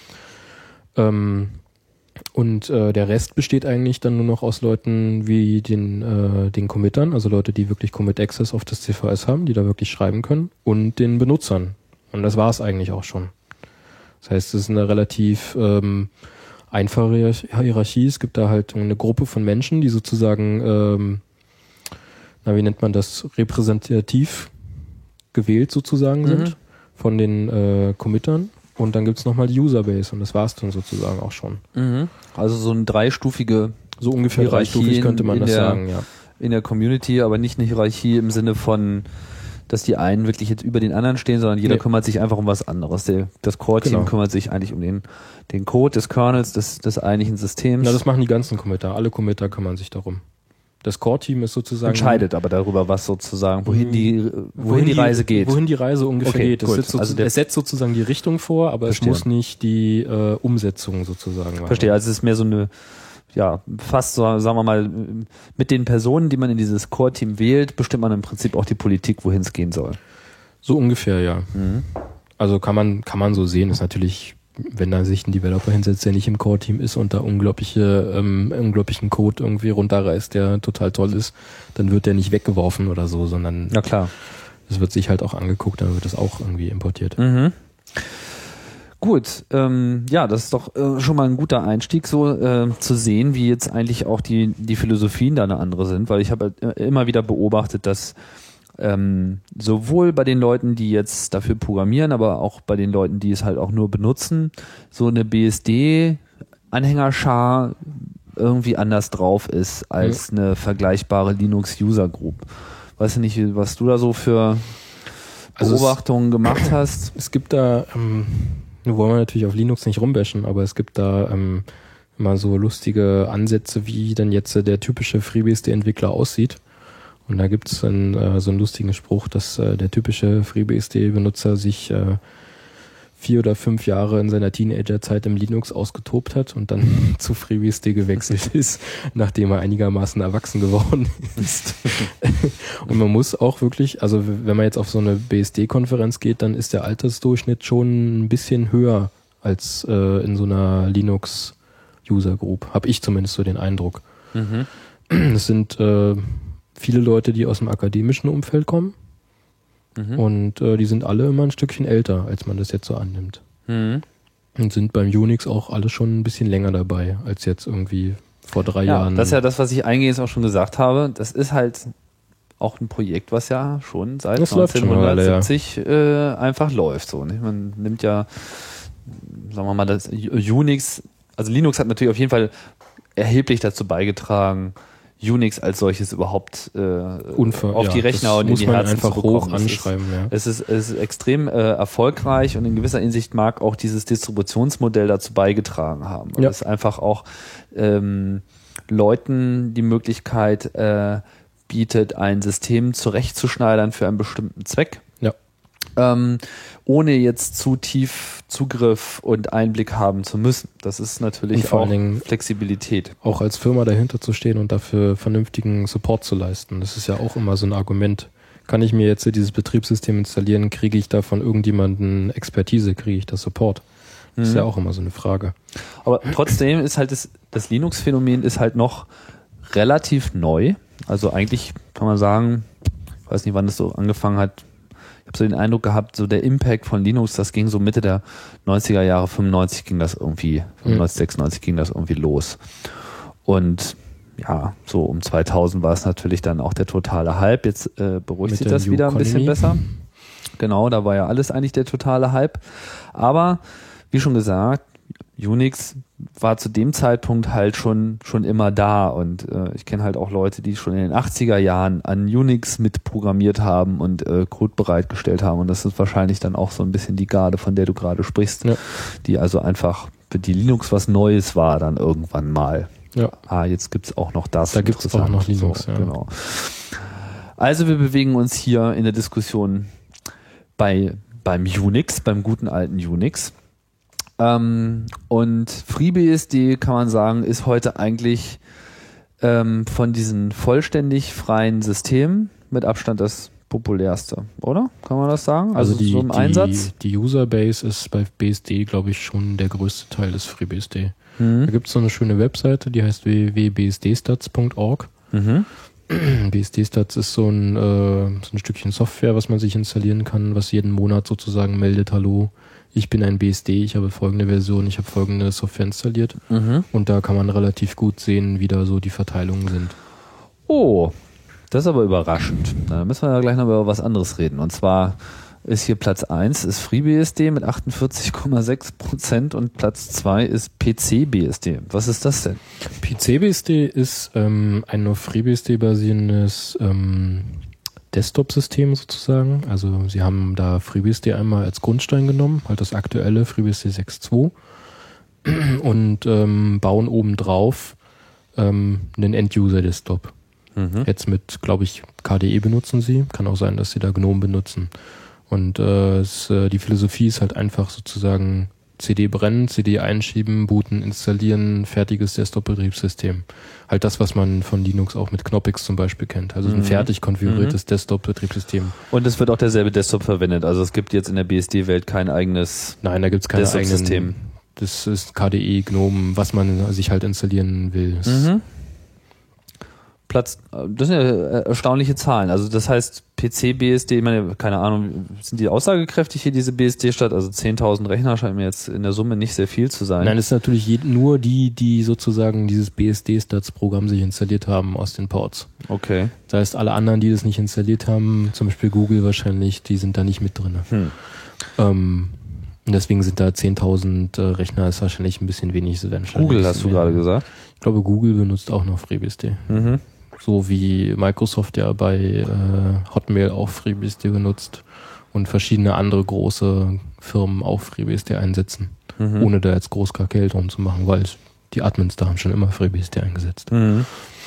Ähm, und äh, der Rest besteht eigentlich dann nur noch aus Leuten wie den, äh, den Committern, also Leute, die wirklich Commit Access auf das C V S haben, die da wirklich schreiben können, und den Benutzern. Und das war es eigentlich auch schon. Das heißt, es ist eine relativ ähm, einfache Hier- Hierarchie. Es gibt da halt eine Gruppe von Menschen, die sozusagen, ähm, na wie nennt man das, repräsentativ gewählt sozusagen Mhm. sind von den äh, Committern. Und dann gibt's nochmal die Userbase und das war's dann sozusagen auch schon. Mhm. Also so eine dreistufige So ungefähr Hierarchie dreistufig könnte man in das der- sagen, ja. in der Community, aber nicht eine Hierarchie im Sinne von, dass die einen wirklich jetzt über den anderen stehen, sondern jeder Nee. kümmert sich einfach um was anderes. Der, das Core-Team Genau. kümmert sich eigentlich um den, den Code des Kernels, des, des eigentlichen Systems. Na, das machen die ganzen Committer. Alle Committer kümmern sich darum. Das Core-Team ist sozusagen... entscheidet aber darüber, was sozusagen, wohin die, wohin, die Reise geht. Wohin die Reise ungefähr Okay, geht. Das gut. setzt Also also der- es setzt sozusagen die Richtung vor, aber Verstehe. es muss nicht die äh, Umsetzung sozusagen machen. Verstehe, also es ist mehr so eine, ja, fast so, sagen wir mal, mit den Personen, die man in dieses Core-Team wählt, bestimmt man im Prinzip auch die Politik, wohin es gehen soll. So ungefähr, ja. Mhm. Also kann man, kann man so sehen. Ist natürlich, wenn da sich ein Developer hinsetzt, der nicht im Core-Team ist und da unglaubliche, ähm, unglaublichen Code irgendwie runterreißt, der total toll ist, dann wird der nicht weggeworfen oder so, sondern Na klar. es wird sich halt auch angeguckt, dann wird das auch irgendwie importiert. Mhm. Gut, ähm, ja, das ist doch äh, schon mal ein guter Einstieg, so äh, zu sehen, wie jetzt eigentlich auch die die Philosophien da eine andere sind, weil ich habe halt immer wieder beobachtet, dass ähm, sowohl bei den Leuten, die jetzt dafür programmieren, aber auch bei den Leuten, die es halt auch nur benutzen, so eine B S D-Anhängerschar irgendwie anders drauf ist als eine vergleichbare Linux-User-Group. Weiß ich nicht, was du da so für Also es- Beobachtungen gemacht hast. Es gibt da, ähm, nur wollen wir natürlich auf Linux nicht rumbashen, aber es gibt da ähm, immer so lustige Ansätze, wie dann jetzt äh, der typische FreeBSD-Entwickler aussieht. Und da gibt es einen, äh, so einen lustigen Spruch, dass äh, der typische FreeBSD-Benutzer sich äh, vier oder fünf Jahre in seiner Teenagerzeit im Linux ausgetobt hat und dann zu FreeBSD gewechselt ist, nachdem er einigermaßen erwachsen geworden ist. Und man muss auch wirklich, also wenn man jetzt auf so eine B S D-Konferenz geht, dann ist der Altersdurchschnitt schon ein bisschen höher als äh, in so einer Linux-User-Group. Habe ich zumindest so den Eindruck. Mhm. Es sind äh, viele Leute, die aus dem akademischen Umfeld kommen. Mhm. Und äh, die sind alle immer ein Stückchen älter, als man das jetzt so annimmt. Mhm. Und sind beim Unix auch alle schon ein bisschen länger dabei, als jetzt irgendwie vor drei Ja, Jahren. das ist ja das, was ich eingehend auch schon gesagt habe. Das ist halt auch ein Projekt, was ja schon seit Das läuft schon eine Weile, ja. neunzehnhundertsiebzig äh, einfach läuft. So, nicht? Man nimmt ja, sagen wir mal, das Unix, also Linux hat natürlich auf jeden Fall erheblich dazu beigetragen, Unix als solches überhaupt äh, Unver- auf ja, die Rechner das und in muss die man Herzen einfach zu bekommen. hoch Es ist- anschreiben, ja. Es ist, es ist extrem äh, erfolgreich und in gewisser Hinsicht mag auch dieses Distributionsmodell dazu beigetragen haben. Weil Ja. es einfach auch ähm, Leuten die Möglichkeit äh, bietet, ein System zurechtzuschneidern für einen bestimmten Zweck. Ja. Ähm, ohne jetzt zu tief Zugriff und Einblick haben zu müssen. Das ist natürlich Und vor auch allen Dingen Flexibilität. auch als Firma dahinter zu stehen und dafür vernünftigen Support zu leisten. Das ist ja auch immer so ein Argument. Kann ich mir jetzt dieses Betriebssystem installieren, kriege ich da von irgendjemandem Expertise, kriege ich da Support? Das ist Mhm. ja auch immer so eine Frage. Aber trotzdem ist halt das, das Linux-Phänomen ist halt noch relativ neu. Also eigentlich kann man sagen, ich weiß nicht, wann das so angefangen hat. Ich habe so den Eindruck gehabt, so der Impact von Linux, das ging so Mitte der neunziger Jahre, fünfundneunzig ging das irgendwie, fünfundneunzig, sechsundneunzig ging das irgendwie los. Und ja, so um zweitausend war es natürlich dann auch der totale Hype. Jetzt äh, beruhigt Mit sich der das wieder ein bisschen Uconomy. besser. Genau, da war ja alles eigentlich der totale Hype. Aber, wie schon gesagt, Unix war zu dem Zeitpunkt halt schon schon immer da und äh, ich kenne halt auch Leute, die schon in den achtziger Jahren an Unix mitprogrammiert haben und äh, Code bereitgestellt haben und das ist wahrscheinlich dann auch so ein bisschen die Garde, von der du gerade sprichst, ja. Die also einfach für die Linux was Neues war dann irgendwann mal. Ja. Ah, jetzt gibt's auch noch das. Da gibt's auch noch Linux, so, ja. Genau. Also wir bewegen uns hier in der Diskussion bei beim Unix, beim guten alten Unix. Ähm, und FreeBSD kann man sagen, ist heute eigentlich ähm, von diesen vollständig freien Systemen mit Abstand das populärste, oder? Kann man das sagen? Also, also die, so im die, Einsatz? Die Userbase ist bei B S D, glaube ich, schon der größte Teil des FreeBSD. Mhm. Da gibt es so eine schöne Webseite, die heißt w w w punkt b s d stats punkt org. Mhm. B S D-Stats ist so ein, äh, so ein Stückchen Software, was man sich installieren kann, was jeden Monat sozusagen meldet, hallo, ich bin ein B S D, ich habe folgende Version, ich habe folgende Software installiert. Mhm. Und da kann man relativ gut sehen, wie da so die Verteilungen sind. Oh, das ist aber überraschend. Da müssen wir ja gleich noch über was anderes reden. Und zwar ist hier Platz eins ist FreeBSD mit achtundvierzig Komma sechs Prozent und Platz zwei ist P C B S D. Was ist das denn? P C B S D ist ähm, ein auf FreeBSD basierendes ähm, Desktop-System sozusagen. Also sie haben da FreeBSD einmal als Grundstein genommen, halt das aktuelle FreeBSD sechs Punkt zwei und ähm, bauen obendrauf ähm, einen End-User-Desktop. Mhm. Jetzt mit, glaube ich, K D E benutzen sie. Kann auch sein, dass sie da GNOME benutzen. Und äh, es, äh, die Philosophie ist halt einfach sozusagen C D brennen, C D einschieben, booten, installieren, fertiges Desktop-Betriebssystem. Halt das, was man von Linux auch mit Knoppix zum Beispiel kennt. Also ein mhm. fertig konfiguriertes mhm. Desktop-Betriebssystem. Und es wird auch derselbe Desktop verwendet. Also es gibt jetzt in der B S D-Welt kein eigenes Nein, da gibt es kein eigenes System. Das ist K D E, GNOME, was man sich halt installieren will. Mhm. Platz, das sind ja erstaunliche Zahlen. Also das heißt, P C B S D, ich meine, keine Ahnung, sind die aussagekräftig hier, diese B S D-Stadt? Also zehntausend Rechner scheint mir jetzt in der Summe nicht sehr viel zu sein. Nein, es ist natürlich je, nur die, die sozusagen dieses B S D-Stats-Programm sich installiert haben aus den Ports. Okay. Das heißt, alle anderen, die das nicht installiert haben, zum Beispiel Google wahrscheinlich, die sind da nicht mit drin. Hm. Ähm, und deswegen sind da zehntausend äh, Rechner, ist wahrscheinlich ein bisschen wenig. Google hast du mehr. Gerade gesagt? Ich glaube, Google benutzt auch noch FreeBSD. Mhm. So wie Microsoft ja bei äh, Hotmail auch FreeBSD benutzt und verschiedene andere große Firmen auch FreeBSD einsetzen, mhm. ohne da jetzt groß gar Geld drum zu machen, weil die Admins da haben schon immer FreeBSD eingesetzt. Mhm.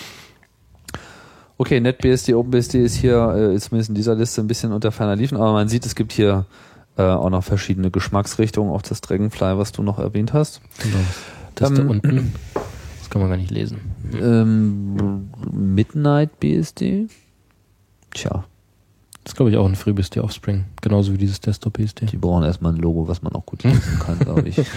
Okay, NetBSD, OpenBSD ist hier, äh, ist zumindest in dieser Liste ein bisschen unter ferner Liefen, aber man sieht, es gibt hier äh, auch noch verschiedene Geschmacksrichtungen, auch das Dragonfly, was du noch erwähnt hast. Genau. Das ähm, da unten. Das kann man gar nicht lesen. Ähm, Midnight B S D? Tja. Das ist, glaube ich, auch ein FreeBSD Offspring. Genauso wie dieses Desktop B S D. Die brauchen erstmal ein Logo, was man auch gut lesen kann, glaube ich.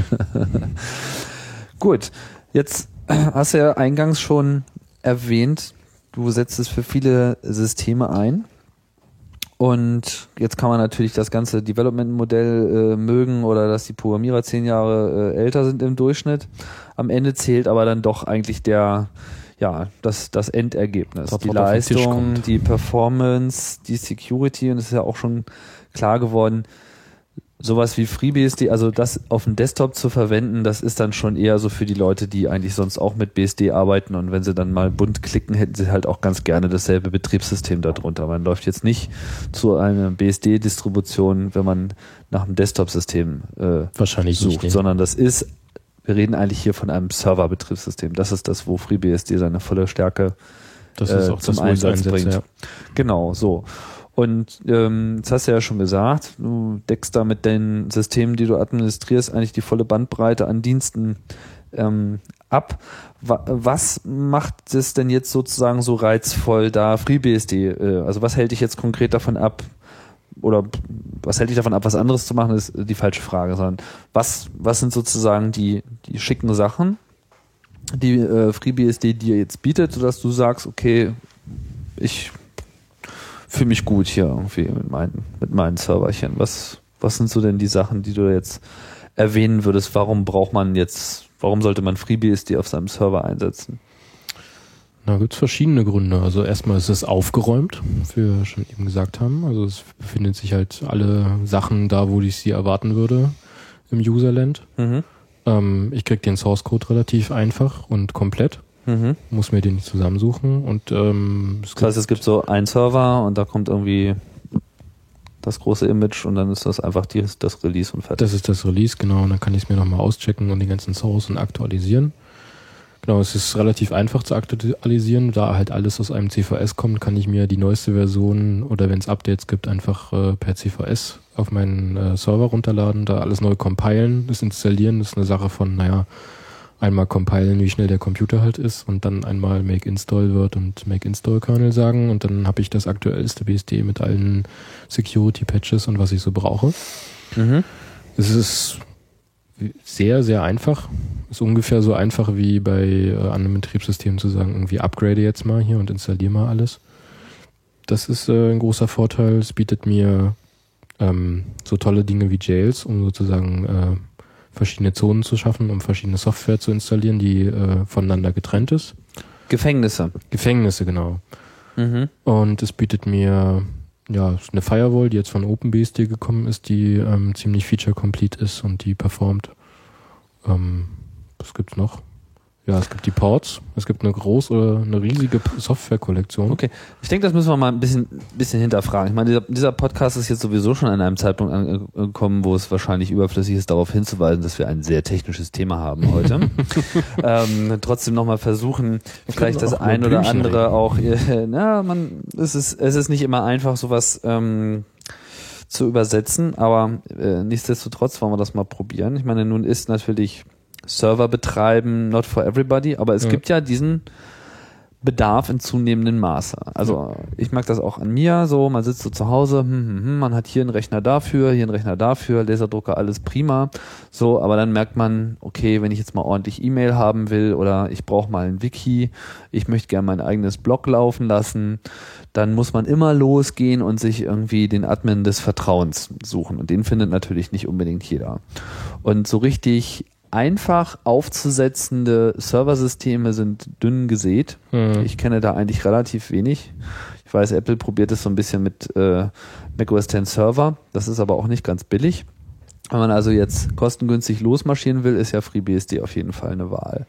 Gut. Jetzt hast du ja eingangs schon erwähnt, du setzt es für viele Systeme ein. Und jetzt kann man natürlich das ganze Development-Modell äh, mögen oder dass die Programmierer zehn Jahre äh, älter sind im Durchschnitt. Am Ende zählt aber dann doch eigentlich der, ja, das, das Endergebnis. Das, die Leistung, die Performance, die Security, und es ist ja auch schon klar geworden, sowas wie FreeBSD, also das auf dem Desktop zu verwenden, das ist dann schon eher so für die Leute, die eigentlich sonst auch mit B S D arbeiten, und wenn sie dann mal bunt klicken, hätten sie halt auch ganz gerne dasselbe Betriebssystem darunter. Man läuft jetzt nicht zu einer B S D-Distribution, wenn man nach einem Desktop-System äh, wahrscheinlich sucht, nicht, sondern das ist, wir reden eigentlich hier von einem Server-Betriebssystem. Das ist das, wo FreeBSD seine volle Stärke das ist auch äh, zum das, Einsatz einsetze, bringt. Ja. Genau, so. Und ähm, das hast du ja schon gesagt, du deckst da mit den Systemen, die du administrierst, eigentlich die volle Bandbreite an Diensten ähm, ab. Wa- was macht es denn jetzt sozusagen so reizvoll, da FreeBSD, äh, also was hält dich jetzt konkret davon ab, oder was hält dich davon ab, was anderes zu machen, ist die falsche Frage, sondern was, was sind sozusagen die, die schicken Sachen, die äh, FreeBSD dir jetzt bietet, sodass du sagst, okay, ich fühle mich gut hier irgendwie mit meinen, mit meinen Serverchen. Was, was sind so denn die Sachen, die du jetzt erwähnen würdest? Warum braucht man jetzt, warum sollte man FreeBSD auf seinem Server einsetzen? Da gibt es verschiedene Gründe. Also erstmal ist es aufgeräumt, wie wir schon eben gesagt haben. Also es befindet sich halt alle Sachen da, wo ich sie erwarten würde im Userland. Mhm. Ähm, ich krieg den Source Code relativ einfach und komplett. Mhm. Muss mir den nicht zusammensuchen. Und ähm, es Das heißt, es gibt so einen Server und da kommt irgendwie das große Image und dann ist das einfach die, das Release und fertig. Das ist das Release, genau. Und dann kann ich es mir nochmal auschecken und den ganzen Source und aktualisieren. Genau, es ist relativ einfach zu aktualisieren. Da halt alles aus einem C V S kommt, kann ich mir die neueste Version oder wenn es Updates gibt, einfach äh, per C V S auf meinen äh, Server runterladen, da alles neu compilen. Das Installieren ist eine Sache von, naja, einmal compilen, wie schnell der Computer halt ist und dann einmal make install wird und make install Kernel sagen und dann habe ich das aktuellste B S D mit allen Security Patches und was ich so brauche. Mhm. Es ist sehr, sehr einfach. Ist ungefähr so einfach wie bei äh, anderen Betriebssystemen zu sagen, irgendwie upgrade jetzt mal hier und installiere mal alles. Das ist äh, ein großer Vorteil. Es bietet mir ähm, so tolle Dinge wie Jails, um sozusagen äh, verschiedene Zonen zu schaffen, um verschiedene Software zu installieren, die äh, voneinander getrennt ist. Gefängnisse. Gefängnisse, genau. Mhm. Und es bietet mir ja eine Firewall, die jetzt von OpenBSD gekommen ist, die ähm, ziemlich feature-complete ist und die performt. Ähm, was gibt's noch? Ja, es gibt die Ports, es gibt eine große, eine riesige Software-Kollektion. Okay, ich denke, das müssen wir mal ein bisschen, bisschen hinterfragen. Ich meine, dieser, dieser Podcast ist jetzt sowieso schon an einem Zeitpunkt angekommen, wo es wahrscheinlich überflüssig ist, darauf hinzuweisen, dass wir ein sehr technisches Thema haben heute. ähm, trotzdem nochmal versuchen, vielleicht das ein oder Blümchen andere reden. auch, äh, na, man, es ist, es ist nicht immer einfach, sowas ähm, zu übersetzen, aber äh, nichtsdestotrotz wollen wir das mal probieren. Ich meine, nun ist natürlich Server betreiben, not for everybody, aber es Ja. gibt ja diesen Bedarf in zunehmendem Maße. Also ich mag das auch an mir, so man sitzt so zu Hause, hm, hm, hm, man hat hier einen Rechner dafür, hier einen Rechner dafür, Laserdrucker, alles prima, so, aber dann merkt man, okay, wenn ich jetzt mal ordentlich E-Mail haben will oder ich brauche mal ein Wiki, ich möchte gerne mein eigenes Blog laufen lassen, dann muss man immer losgehen und sich irgendwie den Admin des Vertrauens suchen und den findet natürlich nicht unbedingt jeder. Und so richtig einfach aufzusetzende Serversysteme sind dünn gesät. Mhm. Ich kenne da eigentlich relativ wenig. Ich weiß, Apple probiert es so ein bisschen mit äh, macOS zehn Server. Das ist aber auch nicht ganz billig. Wenn man also jetzt kostengünstig losmarschieren will, ist ja FreeBSD auf jeden Fall eine Wahl.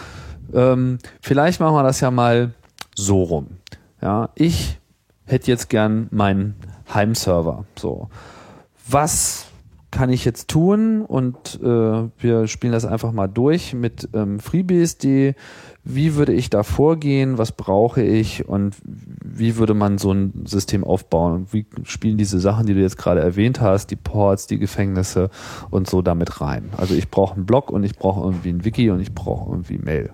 Ähm, vielleicht machen wir das ja mal so rum. Ja, ich hätte jetzt gern meinen Heimserver. So, was kann ich jetzt tun? Und äh, wir spielen das einfach mal durch mit ähm, FreeBSD. Wie würde ich da vorgehen? Was brauche ich? Und wie würde man so ein System aufbauen? Und wie spielen diese Sachen, die du jetzt gerade erwähnt hast, die Ports, die Gefängnisse und so damit rein? Also ich brauche einen Blog und ich brauche irgendwie ein Wiki und ich brauche irgendwie Mail.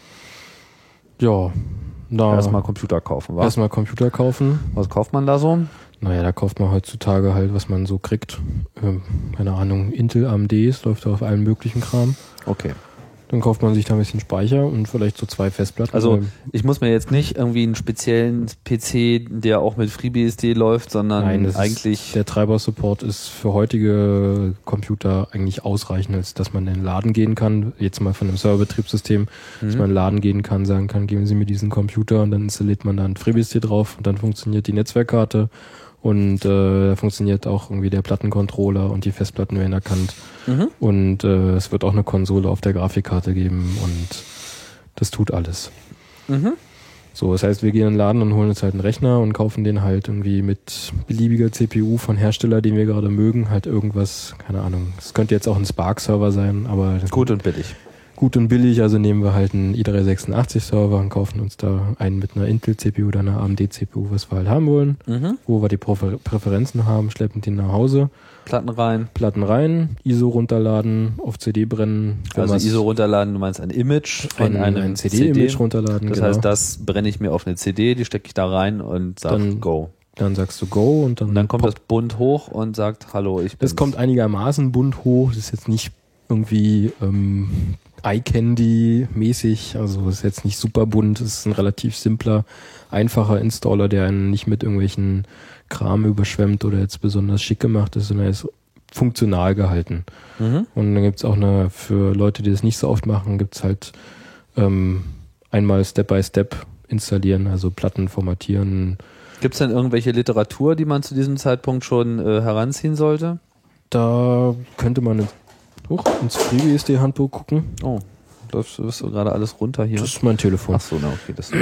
Ja, da Erstmal Computer kaufen, was? erstmal Computer kaufen. Was kauft man da so? Naja, da kauft man heutzutage halt, was man so kriegt. Ähm, keine Ahnung, Intel, A M D, es läuft auf allen möglichen Kram. Okay. Dann kauft man sich da ein bisschen Speicher und vielleicht so zwei Festplatten. Also weil- ich muss mir jetzt nicht irgendwie einen speziellen P C, der auch mit FreeBSD läuft, sondern Nein, das eigentlich... ist, der Treiber-Support ist für heutige Computer eigentlich ausreichend, als dass man in den Laden gehen kann, jetzt mal von einem Serverbetriebssystem, dass man in den Laden gehen kann, sagen kann, geben Sie mir diesen Computer und dann installiert man da ein FreeBSD drauf und dann funktioniert die Netzwerkkarte und äh, funktioniert auch irgendwie der Plattencontroller und die Festplatten werden erkannt Mhm. und äh, es wird auch eine Konsole auf der Grafikkarte geben und das tut alles. Mhm. So, das heißt, wir gehen in den Laden und holen uns halt einen Rechner und kaufen den halt irgendwie mit beliebiger C P U von Hersteller, den wir gerade mögen, halt irgendwas, keine Ahnung. Es könnte jetzt auch ein Spark-Server sein, aber Gut und billig. gut und billig, also nehmen wir halt einen i drei sechsundachtzig Server und kaufen uns da einen mit einer Intel-C P U oder einer A M D-C P U, was wir halt haben wollen, Mhm. wo wir die Präfer- Präferenzen haben, schleppen den nach Hause, Platten rein. Platten rein, I S O runterladen, auf C D brennen. wenn Also wir's- I S O runterladen, du meinst ein Image von ein, einem ein C D-Image runterladen, Das genau. heißt, das brenne ich mir auf eine C D, die stecke ich da rein und sag Dann- Go. Dann sagst du Go und dann, Und dann kommt poppt das bunt hoch und sagt Hallo, ich bin. Das kommt einigermaßen bunt hoch. Das ist jetzt nicht irgendwie ähm, Eye-Candy-mäßig. Also das ist jetzt nicht super bunt. Das ist ein relativ simpler, einfacher Installer, der einen nicht mit irgendwelchen Kram überschwemmt oder jetzt besonders schick gemacht ist, sondern er ist funktional gehalten. Mhm. Und dann gibt's auch eine, für Leute, die das nicht so oft machen, gibt's halt ähm, einmal Step-by-Step installieren, also Platten formatieren. Gibt es denn irgendwelche Literatur, die man zu diesem Zeitpunkt schon äh, heranziehen sollte? Da könnte man ins, hoch, ins FreeBSD-Handbuch gucken. Oh, läufst du gerade alles runter hier? Das ist mein Telefon. Ach so, na okay. Das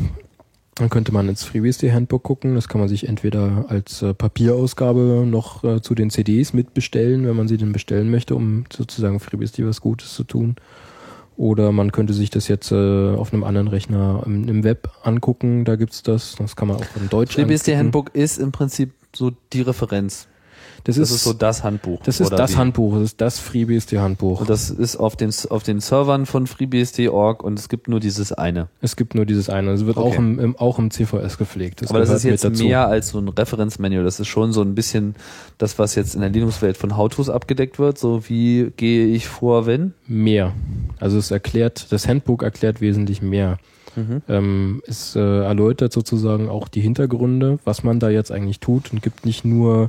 Dann könnte man ins FreeBSD-Handbuch gucken. Das kann man sich entweder als äh, Papierausgabe noch äh, zu den C Ds mitbestellen, wenn man sie denn bestellen möchte, um sozusagen FreeBSD was Gutes zu tun. Oder man könnte sich das jetzt äh, auf einem anderen Rechner im, im Web angucken. Da gibt's das. Das kann man auch in Deutsch angucken. FreeBSD-Handbuch ist im Prinzip so die Referenz. Das, Das ist, ist so das Handbuch. Das ist oder das wie? Handbuch. Das ist das FreeBSD-Handbuch. Und das ist auf den, auf den Servern von FreeBSD Punkt org und es gibt nur dieses eine. Es gibt nur dieses eine. Es wird Okay. auch im, im, auch im C V S gepflegt. Das Aber das gehört ist jetzt mit dazu. mehr als so ein Referenzmanual. Das ist schon so ein bisschen das, was jetzt in der Linux-Welt von How-Tos abgedeckt wird. So wie gehe ich vor, wenn? Mehr. Also es erklärt, das Handbuch erklärt wesentlich mehr. Mhm. Ähm, es äh, erläutert sozusagen auch die Hintergründe, was man da jetzt eigentlich tut und gibt nicht nur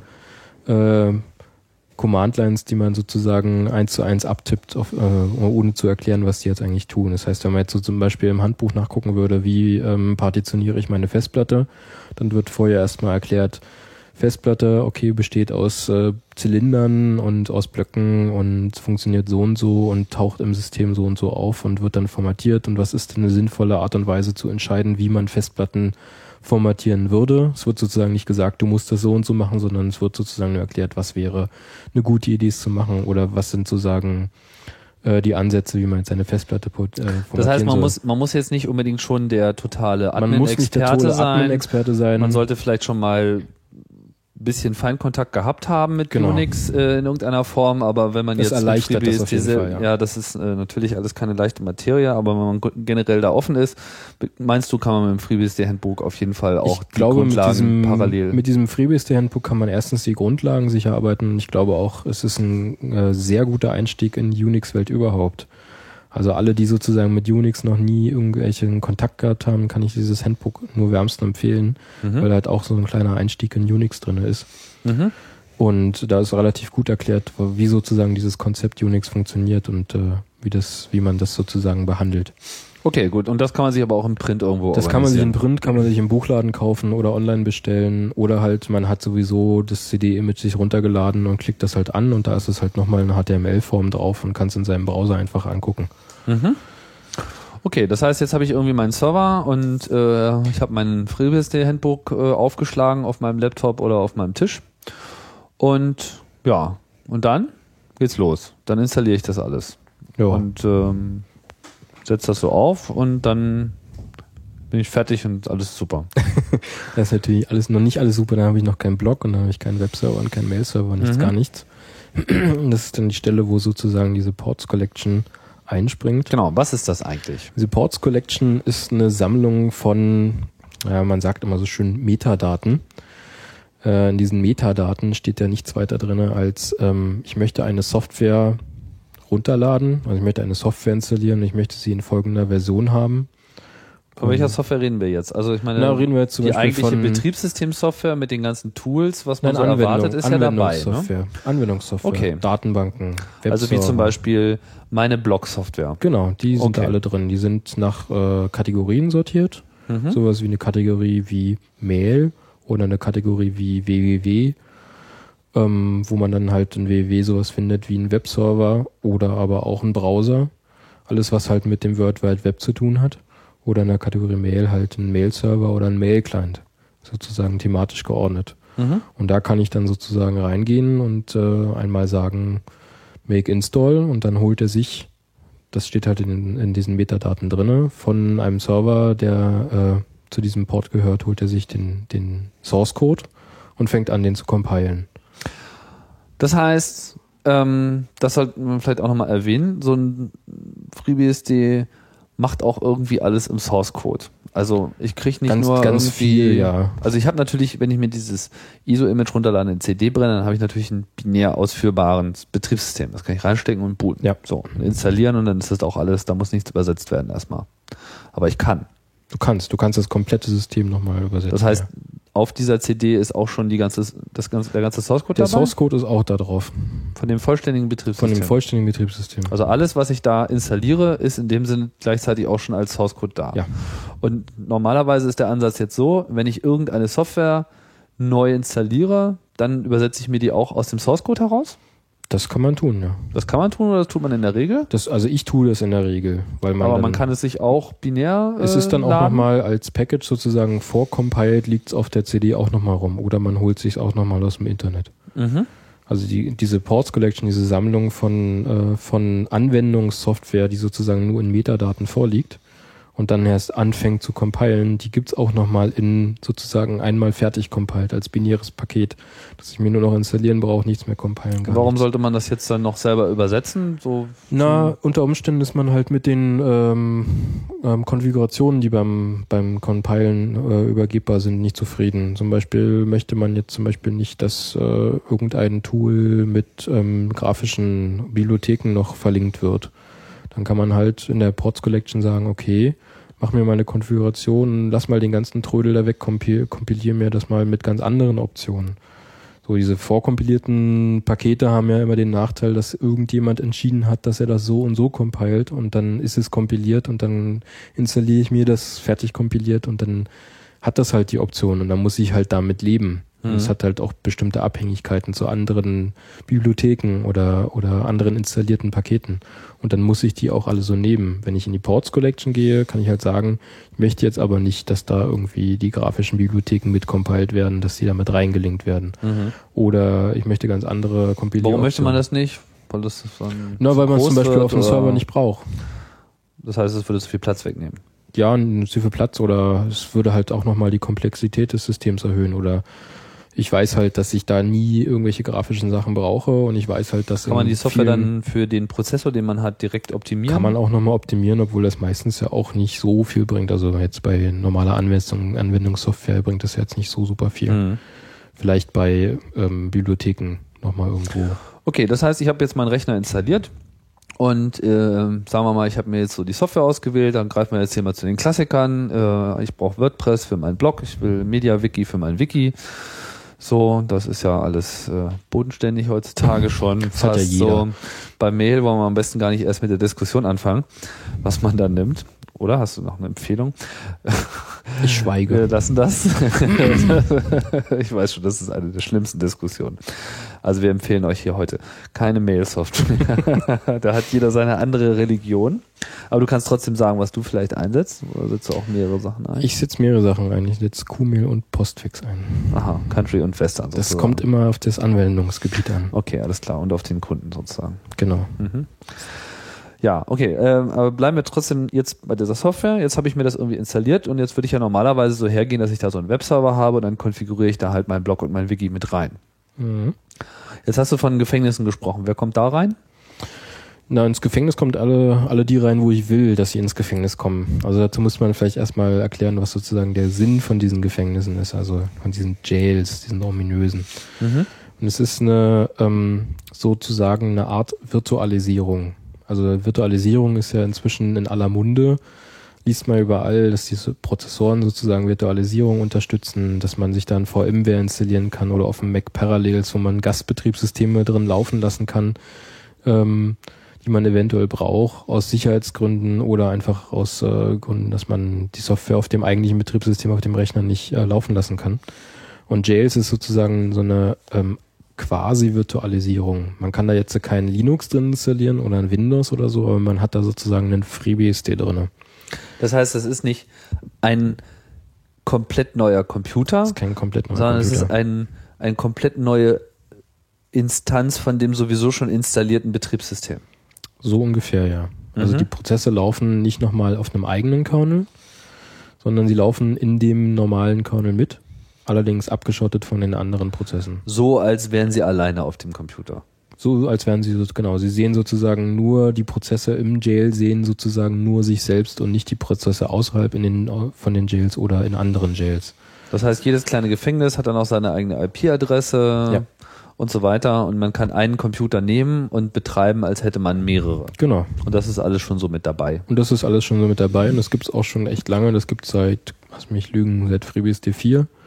äh, Command-Lines, die man sozusagen eins zu eins abtippt, auf, äh, ohne zu erklären, was die jetzt eigentlich tun. Das heißt, wenn man jetzt so zum Beispiel im Handbuch nachgucken würde, wie ähm, partitioniere ich meine Festplatte, dann wird vorher erstmal erklärt, Festplatte, okay, besteht aus äh, Zylindern und aus Blöcken und funktioniert so und so und taucht im System so und so auf und wird dann formatiert. Und was ist denn eine sinnvolle Art und Weise zu entscheiden, wie man Festplatten formatieren würde. Es wird sozusagen nicht gesagt, du musst das so und so machen, sondern es wird sozusagen nur erklärt, was wäre eine gute Idee, es zu machen oder was sind sozusagen äh, die Ansätze, wie man jetzt seine Festplatte äh, formatieren Das heißt, man soll. muss, man muss jetzt nicht unbedingt schon der totale man muss nicht der Admin-Experte totale sein. Admin-Experte sein. Man sollte vielleicht schon mal bisschen Feinkontakt gehabt haben mit Genau. Unix äh, in irgendeiner Form, aber wenn man Das jetzt erleichtert mit das auf jeden FreeBSD Fall, ja. ja, das ist äh, natürlich alles keine leichte Materie, aber wenn man g- generell da offen ist, be- meinst du, kann man mit dem FreeBSD-Handbuch auf jeden Fall auch ich die glaube, mit Grundlagen diesem, parallel. mit diesem FreeBSD-Handbuch kann man erstens die Grundlagen sicher arbeiten und ich glaube auch, es ist ein äh, sehr guter Einstieg in die Unix-Welt überhaupt. Also alle, die sozusagen mit Unix noch nie irgendwelchen Kontakt gehabt haben, kann ich dieses Handbuch nur wärmstens empfehlen, Mhm. weil halt auch so ein kleiner Einstieg in Unix drin ist. Mhm. Und da ist relativ gut erklärt, wie sozusagen dieses Konzept Unix funktioniert und äh, wie das, wie man das sozusagen behandelt. Okay, gut. Und das kann man sich aber auch im Print irgendwo Das kann man sich in organisieren. Print, kann man sich im Buchladen kaufen oder online bestellen oder halt man hat sowieso das C D-Image sich runtergeladen und klickt das halt an und da ist es halt nochmal eine H T M L-Form drauf und kann es in seinem Browser einfach angucken. Mhm. Okay, das heißt, jetzt habe ich irgendwie meinen Server und äh, ich habe mein FreeBSD-Handbuch äh, aufgeschlagen auf meinem Laptop oder auf meinem Tisch. Und ja, und dann geht's los. Dann installiere ich das alles. Ja. Und ähm, setze das so auf und dann bin ich fertig und alles super. Das ist natürlich alles noch nicht alles super, da habe ich noch keinen Blog und dann habe ich keinen Webserver und keinen Mail-Server, nichts, Mhm. gar nichts. Das ist dann die Stelle, wo sozusagen diese Ports Collection einspringt. Genau, was ist das eigentlich? Diese Ports Collection ist eine Sammlung von, ja, man sagt immer so schön Metadaten. Äh, in diesen Metadaten steht ja nichts weiter drin als, ähm, ich möchte eine Software runterladen, also ich möchte eine Software installieren und ich möchte sie in folgender Version haben. Von welcher Software reden wir jetzt? Also ich meine, Na, reden wir jetzt zum die Beispiel eigentliche von Betriebssystemsoftware mit den ganzen Tools, was man Nein, so Anwendung, erwartet, ist ja dabei. Ne? Anwendungssoftware, Anwendungssoftware, Okay. Datenbanken, Webserver. Also wie zum Beispiel meine Blog-Software. Genau, die sind Okay. da alle drin. Die sind nach äh, Kategorien sortiert. Mhm. Sowas wie eine Kategorie wie Mail oder eine Kategorie wie www, ähm, wo man dann halt in www sowas findet wie ein Webserver oder aber auch ein Browser. Alles, was halt mit dem World Wide Web zu tun hat. Oder in der Kategorie Mail halt ein Mail-Server oder ein Mail-Client. Sozusagen thematisch geordnet. Mhm. Und da kann ich dann sozusagen reingehen und äh, einmal sagen, make install und dann holt er sich, das steht halt in, in diesen Metadaten drinne, von einem Server, der äh, zu diesem Port gehört, holt er sich den, den Source Code und fängt an, den zu compilen. Das heißt, ähm, das sollte man vielleicht auch nochmal erwähnen, so ein FreeBSD macht auch irgendwie alles im Source Code. Also ich kriege nicht Ganz, nur ganz irgendwie, viel, ja. Also ich habe natürlich, wenn ich mir dieses I S O-Image runterlade in C D brenne, dann habe ich natürlich ein binär ausführbares Betriebssystem. Das kann ich reinstecken und booten. Ja. So, und installieren und dann ist das auch alles, da muss nichts übersetzt werden erstmal. Aber ich kann. Du kannst, du kannst das komplette System nochmal übersetzen. Das heißt, ja. auf dieser C D ist auch schon die ganze, das ganze, der ganze Source Code Der dabei? Source Code ist auch da drauf. Von dem vollständigen Von Betriebssystem? dem vollständigen Betriebssystem. Also alles, was ich da installiere, ist in dem Sinne gleichzeitig auch schon als Source Code da. Ja. Und normalerweise ist der Ansatz jetzt so, wenn ich irgendeine Software neu installiere, dann übersetze ich mir die auch aus dem Source Code heraus? Das kann man tun, ja. Das kann man tun oder das tut man in der Regel? Das, also ich tue das in der Regel, weil man Aber dann, man kann es sich auch binär äh, es ist dann auch laden? nochmal als Package sozusagen vorcompiled, liegt es auf der C D auch nochmal rum. Oder man holt sich auch nochmal aus dem Internet. Mhm. Also die, diese Ports Collection, diese Sammlung von, äh, von Anwendungssoftware, die sozusagen nur in Metadaten vorliegt und dann erst anfängt zu compilen, die gibt's auch nochmal in sozusagen einmal fertig compiled als binäres Paket, dass ich mir nur noch installieren brauche, nichts mehr compilen kann. Warum sollte man das jetzt dann noch selber übersetzen? So Na, unter Umständen ist man halt mit den ähm, ähm, Konfigurationen, die beim beim Compilen äh, übergebbar sind, nicht zufrieden. Zum Beispiel möchte man jetzt zum Beispiel nicht, dass äh, irgendein Tool mit ähm, grafischen Bibliotheken noch verlinkt wird. Dann kann man halt in der Ports Collection sagen, okay, mach mir mal eine Konfiguration, lass mal den ganzen Trödel da weg, kompil- kompilier mir das mal mit ganz anderen Optionen. So, diese vorkompilierten Pakete haben ja immer den Nachteil, dass irgendjemand entschieden hat, dass er das so und so compilt und dann ist es kompiliert und dann installiere ich mir das fertig kompiliert und dann hat das halt die Option und dann muss ich halt damit leben. Und es hat halt auch bestimmte Abhängigkeiten zu anderen Bibliotheken oder, oder anderen installierten Paketen. Und dann muss ich die auch alle so nehmen. Wenn ich in die Ports Collection gehe, kann ich halt sagen, ich möchte jetzt aber nicht, dass da irgendwie die grafischen Bibliotheken mit compiled werden, dass die damit reingelinkt werden. Mhm. Oder ich möchte ganz andere Kompilierungen. Warum möchte man das nicht? Weil das dann Na, weil man groß zum Beispiel wird auf dem oder- Server nicht braucht. Das heißt, es würde zu viel Platz wegnehmen. Ja, zu viel Platz oder es würde halt auch nochmal die Komplexität des Systems erhöhen oder ich weiß halt, dass ich da nie irgendwelche grafischen Sachen brauche und ich weiß halt, dass Kann man in die Software vielen- dann für den Prozessor, den man hat, direkt optimieren? Kann man auch nochmal optimieren, obwohl das meistens ja auch nicht so viel bringt. Also jetzt bei normaler Anwendung, Anwendungssoftware bringt das jetzt nicht so super viel. Mhm. Vielleicht bei ähm, Bibliotheken nochmal irgendwo. Okay, das heißt, ich habe jetzt meinen Rechner installiert und äh, sagen wir mal, ich habe mir jetzt so die Software ausgewählt, dann greifen wir jetzt hier mal zu den Klassikern. Äh, ich brauche WordPress für meinen Blog, ich will MediaWiki für mein Wiki. So, das ist ja alles äh, bodenständig heutzutage schon. Das hat ja Fast jeder. so. Bei Mail wollen wir am besten gar nicht erst mit der Diskussion anfangen, was man dann nimmt. Oder hast du noch eine Empfehlung? Ich schweige. Wir lassen das. Ich weiß schon, das ist eine der schlimmsten Diskussionen. Also wir empfehlen euch hier heute keine Mail-Software. Da hat jeder seine andere Religion. Aber du kannst trotzdem sagen, was du vielleicht einsetzt. Oder setzt du auch mehrere Sachen ein? Ich setze mehrere Sachen ein. Ich setze Qmail und Postfix ein. Aha, Country und Western Das sozusagen. kommt immer auf das Anwendungsgebiet an. Okay, alles klar. Und auf den Kunden sozusagen. Genau. Mhm. Ja, okay, ähm, aber bleiben wir trotzdem jetzt bei dieser Software. Jetzt habe ich mir das irgendwie installiert und jetzt würde ich ja normalerweise so hergehen, dass ich da so einen Webserver habe und dann konfiguriere ich da halt meinen Blog und mein Wiki mit rein. Mhm. Jetzt hast du von Gefängnissen gesprochen. Wer kommt da rein? Na, ins Gefängnis kommt alle, alle die rein, wo ich will, dass sie ins Gefängnis kommen. Also dazu muss man vielleicht erstmal erklären, was sozusagen der Sinn von diesen Gefängnissen ist, also von diesen Jails, diesen ominösen. Mhm. Und es ist eine, ähm, sozusagen eine Art Virtualisierung. Also Virtualisierung ist ja inzwischen in aller Munde. Liest man überall, dass diese Prozessoren sozusagen Virtualisierung unterstützen, dass man sich dann VMware installieren kann oder auf dem Mac Parallels, wo man Gastbetriebssysteme drin laufen lassen kann, ähm, die man eventuell braucht, aus Sicherheitsgründen oder einfach aus äh, Gründen, dass man die Software auf dem eigentlichen Betriebssystem auf dem Rechner nicht äh, laufen lassen kann. Und Jails ist sozusagen so eine ähm, quasi Virtualisierung. Man kann da jetzt kein Linux drin installieren oder ein Windows oder so, aber man hat da sozusagen einen FreeBSD drin. Das heißt, das ist nicht ein komplett neuer Computer, Das ist kein komplett neuer sondern Computer. es ist ein, ein komplett neue Instanz von dem sowieso schon installierten Betriebssystem. So ungefähr, ja. Also Mhm. die Prozesse laufen nicht nochmal auf einem eigenen Kernel, sondern sie laufen in dem normalen Kernel mit, allerdings abgeschottet von den anderen Prozessen. So, als wären sie alleine auf dem Computer. So als wären sie so, genau, sie sehen sozusagen nur, die Prozesse im Jail sehen sozusagen nur sich selbst und nicht die Prozesse außerhalb in den, von den Jails oder in anderen Jails. Das heißt, jedes kleine Gefängnis hat dann auch seine eigene I P-Adresse Ja. und so weiter und man kann einen Computer nehmen und betreiben, als hätte man mehrere. Genau. Und das ist alles schon so mit dabei. Und das ist alles schon so mit dabei und das gibt's auch schon echt lange. Das gibt's seit, lass mich lügen, seit FreeBSD vier.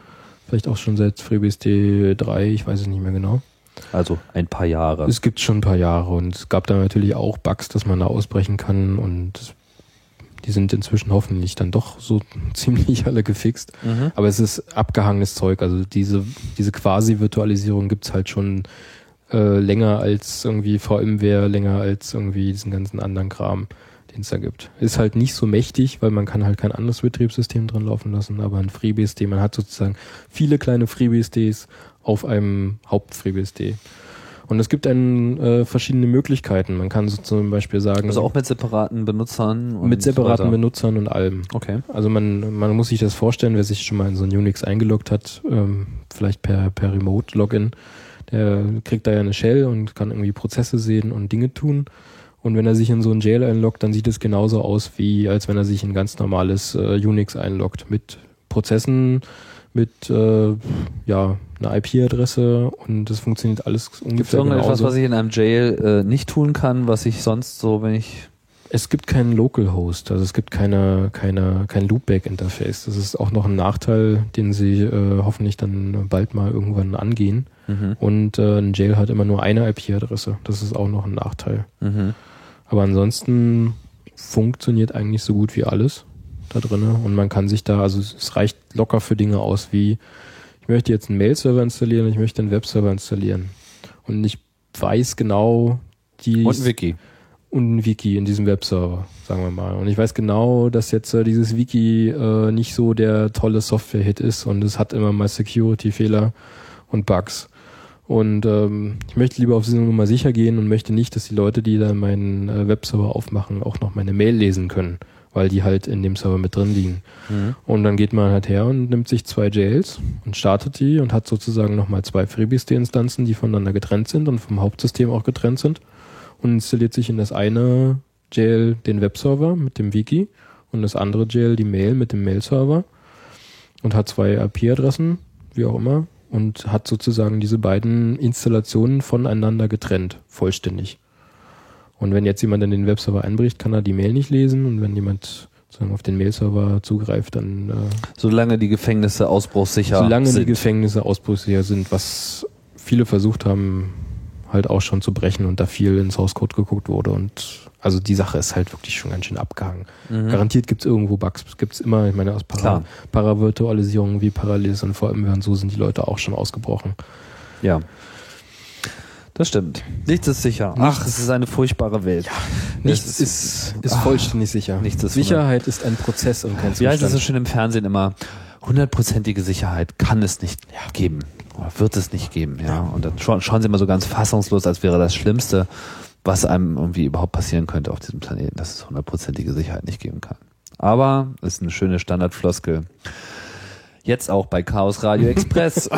Vielleicht auch schon seit FreeBSD drei, ich weiß es nicht mehr genau. Also ein paar Jahre. Es gibt schon ein paar Jahre und es gab da natürlich auch Bugs, dass man da ausbrechen kann und die sind inzwischen hoffentlich dann doch so ziemlich alle gefixt. Mhm. Aber es ist abgehangenes Zeug. Also diese, diese Quasi-Virtualisierung gibt's halt schon äh, länger als irgendwie VMware, länger als irgendwie diesen ganzen anderen Kram, den es da gibt. Ist halt nicht so mächtig, weil man kann halt kein anderes Betriebssystem dran laufen lassen, aber ein FreeBSD, man hat sozusagen viele kleine FreeBSDs auf einem Haupt-FreeBSD. Und es gibt dann äh, verschiedene Möglichkeiten. Man kann so zum Beispiel sagen... Also auch mit separaten Benutzern? Und mit separaten so Benutzern und allem. Okay. Also man man muss sich das vorstellen, wer sich schon mal in so ein Unix eingeloggt hat, ähm, vielleicht per per Remote-Login, der kriegt da ja eine Shell und kann irgendwie Prozesse sehen und Dinge tun. Und wenn er sich in so ein Jail einloggt, dann sieht es genauso aus, wie als wenn er sich in ein ganz normales äh, Unix einloggt. Mit Prozessen, mit äh, ja einer I P-Adresse und das funktioniert alles ungefähr Gibt es irgendetwas, genauso. was ich in einem Jail äh, nicht tun kann, was ich sonst so, wenn ich... Es gibt keinen Localhost, also es gibt keine, keine, kein Loopback-Interface. Das ist auch noch ein Nachteil, den sie äh, hoffentlich dann bald mal irgendwann angehen. Mhm. Und äh, ein Jail hat immer nur eine I P-Adresse. Das ist auch noch ein Nachteil. Mhm. Aber ansonsten funktioniert eigentlich so gut wie alles da drinne und man kann sich da, also es reicht locker für Dinge aus wie, ich möchte jetzt einen Mail-Server installieren, ich möchte einen Webserver installieren und ich weiß genau die... Und ein Wiki. Und ein Wiki in diesem Webserver, sagen wir mal. Und ich weiß genau, dass jetzt äh, dieses Wiki äh, nicht so der tolle Software-Hit ist und es hat immer mal Security-Fehler und Bugs. Und ähm, ich möchte lieber auf diese Nummer sicher gehen und möchte nicht, dass die Leute, die da meinen äh, Webserver aufmachen, auch noch meine Mail lesen können, weil die halt in dem Server mit drin liegen. Mhm. Und dann geht man halt her und nimmt sich zwei Jails und startet die und hat sozusagen nochmal zwei FreeBSD-Instanzen, die voneinander getrennt sind und vom Hauptsystem auch getrennt sind und installiert sich in das eine Jail den Webserver mit dem Wiki und das andere Jail die Mail mit dem Mail-Server und hat zwei I P-Adressen, wie auch immer, und hat sozusagen diese beiden Installationen voneinander getrennt, vollständig. Und wenn jetzt jemand in den Webserver einbricht, kann er die Mail nicht lesen und wenn jemand sozusagen auf den Mail-Server zugreift, dann... Äh, solange die Gefängnisse ausbruchssicher solange sind. die Gefängnisse ausbruchssicher sind, was viele versucht haben, halt auch schon zu brechen und da viel in Source Code geguckt wurde und also die Sache ist halt wirklich schon ganz schön abgehangen. Mhm. Garantiert gibt's irgendwo Bugs, gibt's immer, ich meine aus Para, Paravirtualisierung wie Parallels und vor allem und so sind die Leute auch schon ausgebrochen. Ja. Das stimmt. Nichts ist sicher. Ach, es ist eine furchtbare Welt. Ja, nichts ist, ist, ist vollständig sicher. Nichts ist Sicherheit ist ein Prozess und kein Zustand. Wie heißt es so schön im Fernsehen immer? Hundertprozentige Sicherheit kann es nicht ja. geben. Oder wird es nicht geben, ja. ja. Und dann schauen, schauen sie immer so ganz fassungslos, als wäre das Schlimmste, was einem irgendwie überhaupt passieren könnte auf diesem Planeten, dass es hundertprozentige Sicherheit nicht geben kann. Aber es ist eine schöne Standardfloskel. Jetzt auch bei Chaos Radio Express.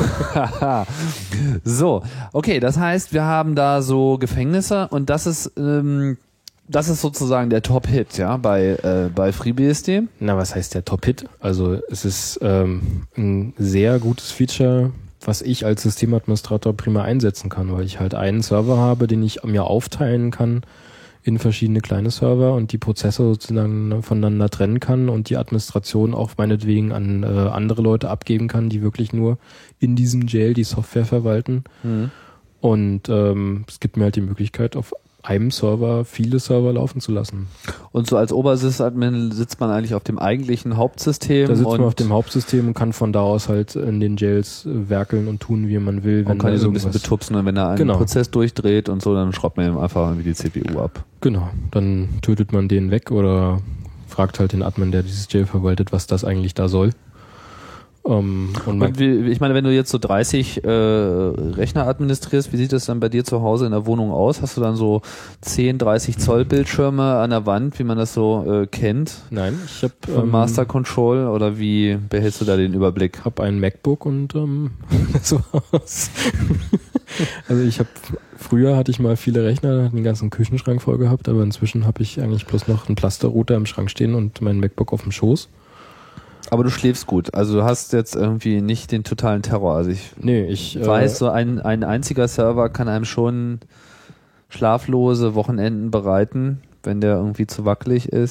So, okay, das heißt, wir haben da so Gefängnisse und das ist ähm, das ist sozusagen der Top-Hit, ja, bei äh, bei FreeBSD. Na, was heißt der Top-Hit? Also es ist ähm, ein sehr gutes Feature, was ich als Systemadministrator prima einsetzen kann, weil ich halt einen Server habe, den ich mir aufteilen kann in verschiedene kleine Server und die Prozesse sozusagen voneinander trennen kann und die Administration auch meinetwegen an äh, andere Leute abgeben kann, die wirklich nur in diesem Jail die Software verwalten. Mhm. Und ähm, es gibt mir halt die Möglichkeit, auf einem Server viele Server laufen zu lassen. Und so als Obersys-Admin sitzt man eigentlich auf dem eigentlichen Hauptsystem. Da sitzt und man auf dem Hauptsystem und kann von da aus halt in den Jails werkeln und tun, wie man will. Man kann ihn so ein bisschen betupsen und wenn er einen genau. Prozess durchdreht und so, dann schraubt man ihm einfach irgendwie die C P U ab. Genau, dann tötet man den weg oder fragt halt den Admin, der dieses Jail verwaltet, was das eigentlich da soll. Um, und und wie, ich meine, wenn du jetzt so dreißig äh, Rechner administrierst, wie sieht das dann bei dir zu Hause in der Wohnung aus? Hast du dann so zehn, dreißig Zoll Bildschirme an der Wand, wie man das so äh, kennt? Nein, ich habe von ähm, Master Control oder wie behältst du da den Überblick? Ich habe ein MacBook und ähm, so aus. Also ich habe früher hatte ich mal viele Rechner, den ganzen Küchenschrank voll gehabt, aber inzwischen habe ich eigentlich bloß noch einen Plasterrouter im Schrank stehen und mein MacBook auf dem Schoß. Aber du schläfst gut. Also du hast jetzt irgendwie nicht den totalen Terror. Also ich, nee, ich weiß, äh, so ein, ein einziger Server kann einem schon schlaflose Wochenenden bereiten, wenn der irgendwie zu wackelig ist.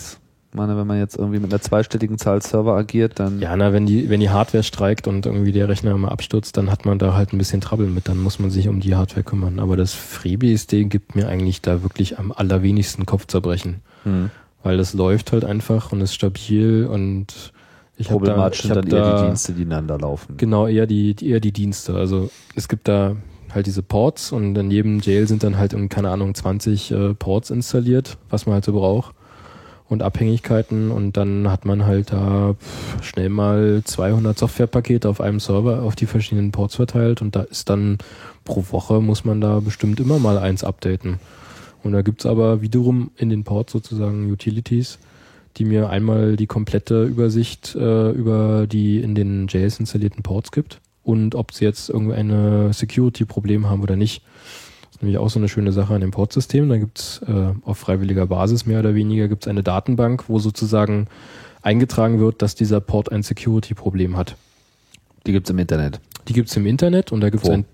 Ich meine, wenn man jetzt irgendwie mit einer zweistelligen Zahl Server agiert, dann... Ja, na, wenn die, wenn die Hardware streikt und irgendwie der Rechner immer abstürzt, dann hat man da halt ein bisschen Trouble mit, dann muss man sich um die Hardware kümmern. Aber das FreeBSD gibt mir eigentlich da wirklich am allerwenigsten Kopfzerbrechen. Hm. Weil das läuft halt einfach und ist stabil und ich habe da... Problematisch sind hab dann eher da, die Dienste, die ineinander laufen. Genau, eher die, eher die Dienste. Also es gibt da halt diese Ports und in jedem Jail sind dann halt, keine Ahnung, zwanzig äh, Ports installiert, was man halt so braucht. Und Abhängigkeiten und dann hat man halt da schnell mal zweihundert Softwarepakete auf einem Server auf die verschiedenen Ports verteilt und da ist dann pro Woche muss man da bestimmt immer mal eins updaten. Und da gibt's aber wiederum in den Ports sozusagen Utilities, die mir einmal die komplette Übersicht äh, über die in den Jails installierten Ports gibt und ob sie jetzt irgendeine Security-Problem haben oder nicht. Nämlich auch so eine schöne Sache an dem Portsystem. Da gibt's äh, auf freiwilliger Basis mehr oder weniger gibt's eine Datenbank, wo sozusagen eingetragen wird, dass dieser Port ein Security-Problem hat. Die gibt's im Internet? Die gibt's im Internet und da gibt's Wo? ein,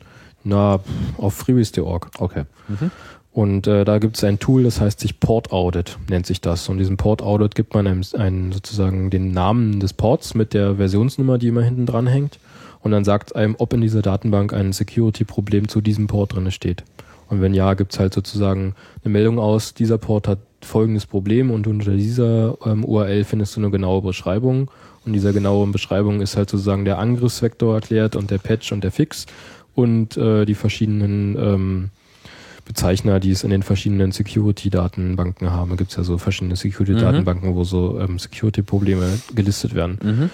na, auf freeways punkt org. Okay. Mhm. Und äh, da gibt's ein Tool, das heißt sich Port Audit, nennt sich das. Und diesem Port Audit gibt man einem, einem sozusagen den Namen des Ports mit der Versionsnummer, die immer hinten dran hängt. Und dann sagt einem, ob in dieser Datenbank ein Security-Problem zu diesem Port drin steht. Und wenn ja, gibt's halt sozusagen eine Meldung aus, dieser Port hat folgendes Problem und unter dieser ähm, U R L findest du eine genaue Beschreibung. Und dieser genauen Beschreibung ist halt sozusagen der Angriffsvektor erklärt und der Patch und der Fix und äh, die verschiedenen ähm, Bezeichner, die es in den verschiedenen Security-Datenbanken haben. Gibt's ja so verschiedene Security-Datenbanken, mhm. wo so ähm, Security-Probleme gelistet werden. Mhm.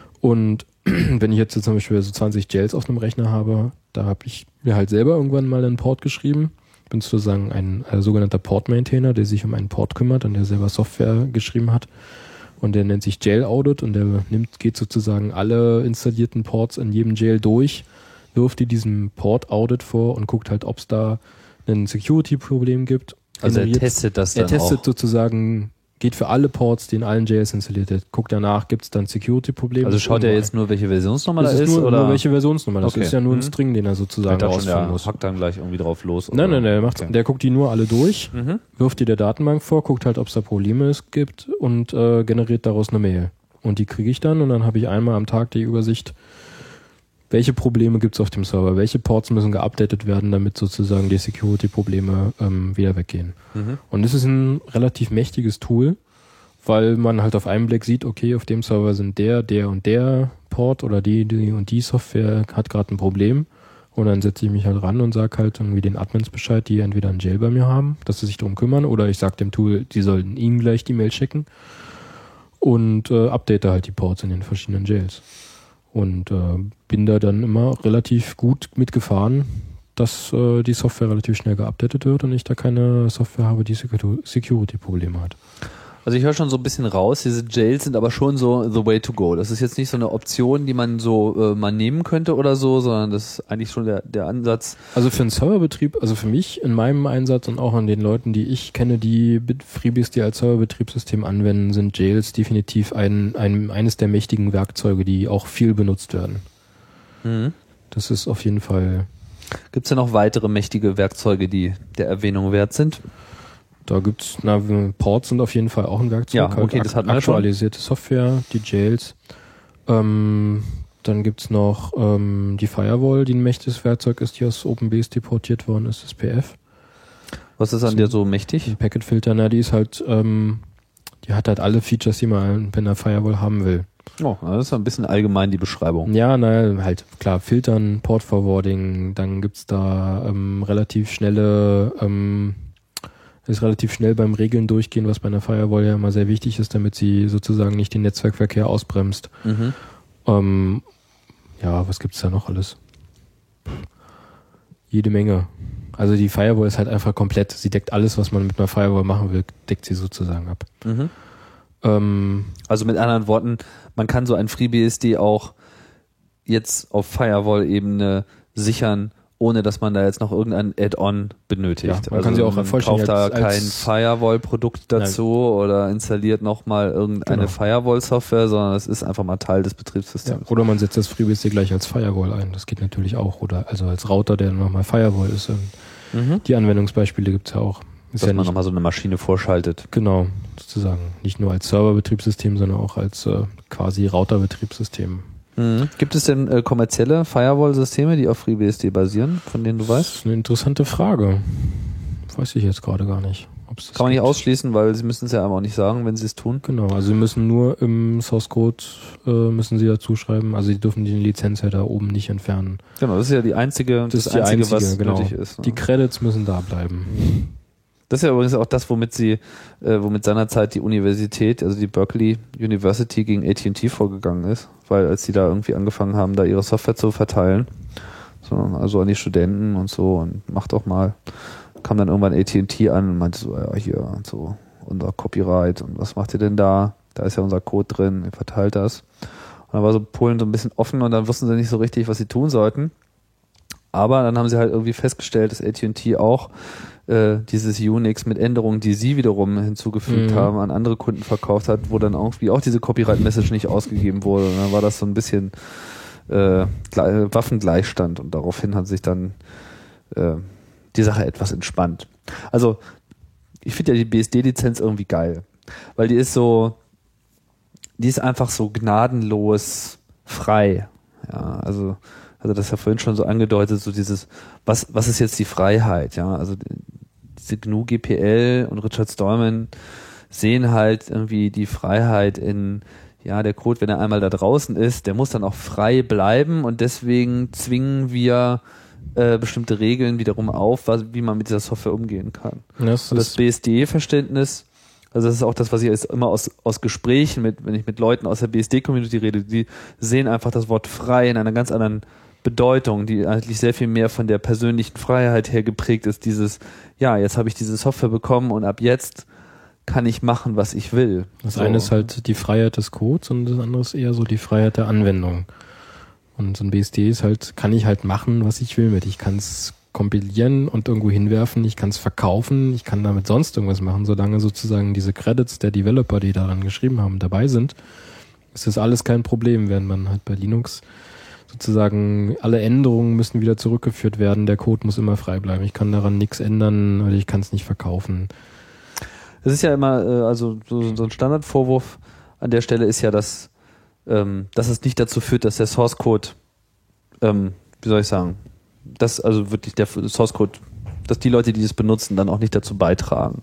Und wenn ich jetzt zum Beispiel so zwanzig Jails auf einem Rechner habe, da habe ich mir halt selber irgendwann mal einen Port geschrieben. Ich bin sozusagen ein äh, sogenannter Port-Maintainer, der sich um einen Port kümmert und der selber Software geschrieben hat. Und der nennt sich Jail Audit und der nimmt, geht sozusagen alle installierten Ports in jedem Jail durch, wirft die diesem Port Audit vor und guckt halt, ob es da ein Security-Problem gibt. Also er testet das dann Er testet auch. sozusagen, geht für alle Ports, die in allen Jails installiert sind, guckt danach, gibt es dann Security-Probleme. Also schaut er jetzt nur, welche Versionsnummer da das ist? Nur, oder? nur welche Versionsnummer. Das Okay. ist ja nur ein Mhm. String, den er sozusagen ausführen der muss. hackt dann gleich irgendwie drauf los? Nein, nein, nein, der, macht, Okay. der guckt die nur alle durch, Mhm. wirft die der Datenbank vor, guckt halt, ob es da Probleme es gibt und äh, generiert daraus eine Mail. Und die kriege ich dann und dann habe ich einmal am Tag die Übersicht, welche Probleme gibt es auf dem Server, welche Ports müssen geupdatet werden, damit sozusagen die Security-Probleme ähm, wieder weggehen. Mhm. Und das ist ein relativ mächtiges Tool, weil man halt auf einen Blick sieht, okay, auf dem Server sind der, der und der Port oder die, die und die Software hat gerade ein Problem. Und dann setze ich mich halt ran und sage halt irgendwie den Admins Bescheid, die entweder ein Jail bei mir haben, dass sie sich darum kümmern, oder ich sage dem Tool, die sollten ihnen gleich die Mail schicken und äh, update halt die Ports in den verschiedenen Jails. Und äh, bin da dann immer relativ gut mitgefahren, dass äh, die Software relativ schnell geupdatet wird und ich da keine Software habe, die Security-Probleme hat. Also ich höre schon so ein bisschen raus, diese Jails sind aber schon so the way to go. Das ist jetzt nicht so eine Option, die man so äh, mal nehmen könnte oder so, sondern das ist eigentlich schon der, der Ansatz. Also für einen Serverbetrieb, also für mich in meinem Einsatz und auch an den Leuten, die ich kenne, die FreeBSD als Serverbetriebssystem anwenden, sind Jails definitiv ein, ein eines der mächtigen Werkzeuge, die auch viel benutzt werden. Mhm. Das ist auf jeden Fall... Gibt es ja noch weitere mächtige Werkzeuge, die der Erwähnung wert sind? Da gibt's, na, Ports sind auf jeden Fall auch ein Werkzeug. Ja, okay, halt das hat man ja schon. aktualisierte Software, die Jails. Ähm, dann gibt's noch ähm, die Firewall, die ein mächtiges Werkzeug ist, die aus OpenBSD portiert worden ist, das P F. Was ist an So, der so mächtig? Die Packetfilter, na, die ist halt, ähm, die hat halt alle Features, die man bei einer Firewall haben will. Oh, das ist ein bisschen allgemein die Beschreibung. Ja, naja, halt klar, filtern, Port Forwarding, dann gibt's da ähm, relativ schnelle, ähm, ist relativ schnell beim Regeln durchgehen, was bei einer Firewall ja immer sehr wichtig ist, damit sie sozusagen nicht den Netzwerkverkehr ausbremst. Mhm. Ähm, ja, was gibt's da noch alles? Jede Menge. Also die Firewall ist halt einfach komplett, sie deckt alles, was man mit einer Firewall machen will, deckt sie sozusagen ab. Mhm. Ähm, Also mit anderen Worten, man kann so ein FreeBSD auch jetzt auf Firewall-Ebene sichern, ohne dass man da jetzt noch irgendein Add-on benötigt. Ja, man also kann sie auch man vollständig kauft da als- kein als- Firewall-Produkt dazu oder installiert nochmal irgendeine Genau. Firewall-Software, sondern es ist einfach mal Teil des ja, Betriebssystems. oder man setzt das FreeBSD gleich als Firewall ein, das geht natürlich auch. Oder also als Router, der nochmal Firewall ist. Und Mhm. die Anwendungsbeispiele gibt's ja auch. Ist Dass ja man nicht, nochmal so eine Maschine vorschaltet. genau. sozusagen. Nicht nur als Serverbetriebssystem, sondern auch als äh, quasi Routerbetriebssystem. Mhm. Gibt es denn äh, kommerzielle Firewall-Systeme, die auf FreeBSD basieren, von denen du Das weißt? ist eine interessante Frage. Weiß ich jetzt gerade gar nicht. Ob's das Kann man nicht gibt. ausschließen, weil sie müssen es ja aber auch nicht sagen, wenn sie es tun. Genau, also sie müssen nur im Source Code äh, müssen sie dazu schreiben, also sie dürfen die Lizenz ja da oben nicht entfernen. Genau, das ist ja die einzige, das, Das ist das die einzige, einzige, was genau. nötig ist. Ne? Die Credits müssen da bleiben. Das ist ja übrigens auch das, womit sie, äh, womit seinerzeit die Universität, also die Berkeley University gegen A T and T vorgegangen ist, weil als sie da irgendwie angefangen haben, da ihre Software zu verteilen, so, also an die Studenten und so und macht doch mal, kam dann irgendwann A T and T an und meinte so, ja hier und so, unser Copyright und was macht ihr denn da? Da ist ja unser Code drin, ihr verteilt das. Und dann war so Polen so ein bisschen offen und dann wussten sie nicht so richtig, was sie tun sollten. Aber dann haben sie halt irgendwie festgestellt, dass A T and T auch äh, dieses Unix mit Änderungen, die sie wiederum hinzugefügt Mhm. haben, an andere Kunden verkauft hat, wo dann irgendwie auch diese Copyright-Message nicht ausgegeben wurde. Und dann war das so ein bisschen äh, Gle- Waffengleichstand und daraufhin hat sich dann äh, die Sache etwas entspannt. Also ich finde ja die B S D-Lizenz irgendwie geil, weil die ist so, die ist einfach so gnadenlos frei. Ja, also also das ist ja vorhin schon so angedeutet, so dieses, was was ist jetzt die Freiheit? Ja, also diese G N U G P L und Richard Stallman sehen halt irgendwie die Freiheit in, ja, der Code, wenn er einmal da draußen ist, der muss dann auch frei bleiben und deswegen zwingen wir äh, bestimmte Regeln wiederum auf, was, wie man mit dieser Software umgehen kann. Das Und das ist, B S D-Verständnis, also das ist auch das, was ich jetzt immer aus, aus Gesprächen mit, wenn ich mit Leuten aus der B S D-Community rede, die sehen einfach das Wort frei in einer ganz anderen Bedeutung, die eigentlich sehr viel mehr von der persönlichen Freiheit her geprägt ist, dieses, ja, jetzt habe ich diese Software bekommen und ab jetzt kann ich machen, was ich will. das So. eine ist halt die Freiheit des Codes und das andere ist eher so die Freiheit der Anwendung. Und so ein B S D ist halt, kann ich halt machen, was ich will mit. Ich kann es kompilieren und irgendwo hinwerfen, ich kann es verkaufen, ich kann damit sonst irgendwas machen, solange sozusagen diese Credits der Developer, die daran geschrieben haben, dabei sind, ist das alles kein Problem, während man halt bei Linux sozusagen alle Änderungen müssen wieder zurückgeführt werden, der Code muss immer frei bleiben. Ich kann daran nichts ändern oder ich kann es nicht verkaufen. Es ist ja immer, äh, also so, so ein Standardvorwurf an der Stelle ist ja, dass, ähm, dass es nicht dazu führt, dass der Source Code, ähm, wie soll ich sagen, dass also wirklich der Source Code, dass die Leute, die das benutzen, dann auch nicht dazu beitragen.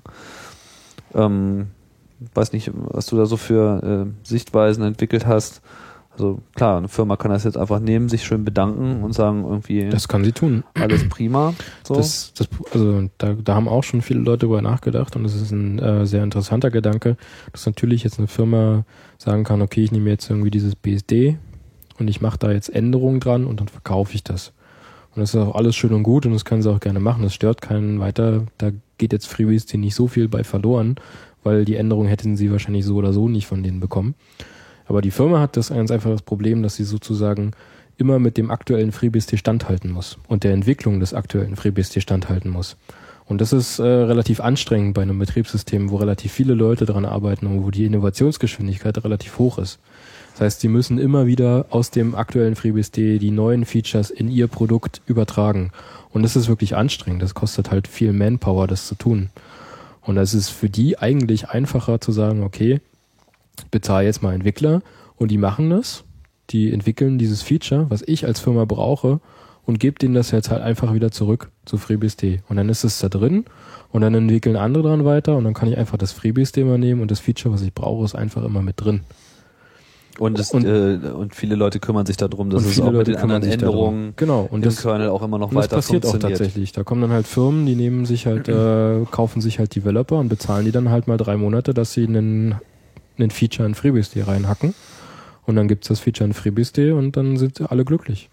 Ähm, weiß nicht, was du da so für äh, Sichtweisen entwickelt hast. Also klar, eine Firma kann das jetzt einfach nehmen, sich schön bedanken und sagen irgendwie, Das kann sie tun. alles prima. So. Das, das, also da, da haben auch schon viele Leute drüber nachgedacht und das ist ein äh, sehr interessanter Gedanke, dass natürlich jetzt eine Firma sagen kann, okay, ich nehme jetzt irgendwie dieses B S D und ich mache da jetzt Änderungen dran und dann verkaufe ich das. Und das ist auch alles schön und gut und das können sie auch gerne machen, das stört keinen weiter, da geht jetzt FreeBSD nicht so viel bei verloren, weil die Änderungen hätten sie wahrscheinlich so oder so nicht von denen bekommen. Aber die Firma hat das ganz einfach das Problem, dass sie sozusagen immer mit dem aktuellen FreeBSD standhalten muss und der Entwicklung des aktuellen FreeBSD standhalten muss. Und das ist äh, relativ anstrengend bei einem Betriebssystem, wo relativ viele Leute dran arbeiten und wo die Innovationsgeschwindigkeit relativ hoch ist. Das heißt, sie müssen immer wieder aus dem aktuellen FreeBSD die neuen Features in ihr Produkt übertragen. Und das ist wirklich anstrengend. Das kostet halt viel Manpower, das zu tun. Und das ist für die eigentlich einfacher zu sagen, okay, ich bezahle jetzt mal Entwickler und die machen das. Die entwickeln dieses Feature, was ich als Firma brauche und gebe denen das jetzt halt einfach wieder zurück zu FreeBSD. Und dann ist es da drin und dann entwickeln andere dran weiter und dann kann ich einfach das FreeBSD mal nehmen und das Feature, was ich brauche, ist einfach immer mit drin. Und, es, Und- äh, und viele Leute kümmern sich darum, dass Und es viele auch mit Leute den kümmern anderen sich darum. Änderungen Genau. Und im das, Kernel auch immer noch und das weiter passiert auch funktioniert. tatsächlich. Da kommen dann halt Firmen, die nehmen sich halt, äh, kaufen sich halt Developer und bezahlen die dann halt mal drei Monate, dass sie einen, einen Feature in FreeBSD reinhacken. Und dann gibt's das Feature in FreeBSD und dann sind alle glücklich.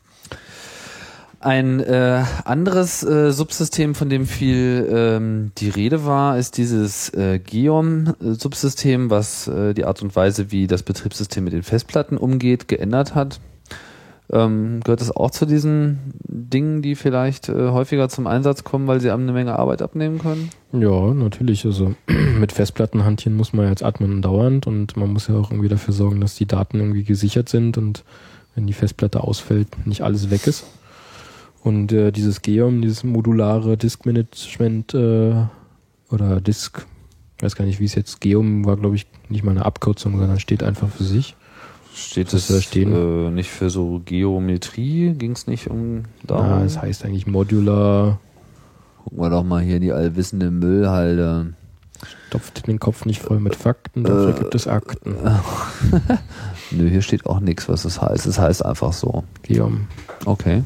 Ein äh, anderes äh, Subsystem, von dem viel ähm, die Rede war, ist dieses äh, Geom-Subsystem, was äh, die Art und Weise, wie das Betriebssystem mit den Festplatten umgeht, geändert hat. Ähm, gehört das auch zu diesen Dingen, die vielleicht äh, häufiger zum Einsatz kommen, weil sie einem eine Menge Arbeit abnehmen können? Ja, natürlich. Also mit Festplatten hantieren muss man jetzt Admin dauernd und man muss ja auch irgendwie dafür sorgen, dass die Daten irgendwie gesichert sind und wenn die Festplatte ausfällt, nicht alles weg ist. Und äh, dieses Geom, dieses modulare Disk-Management äh, oder Disk, Ich weiß gar nicht, wie es jetzt Geom war, glaube ich, nicht mal eine Abkürzung, sondern steht einfach für sich. Steht das das da stehen? Äh, nicht für so Geometrie? Ging es nicht um darum? Ja, es heißt eigentlich Modular. Gucken wir doch mal hier die allwissende Müllhalde. Stopft den Kopf nicht voll mit Fakten, dafür Äh, gibt es Akten. Nö, hier steht auch nichts, was das heißt. Es heißt einfach so. Geom. Okay.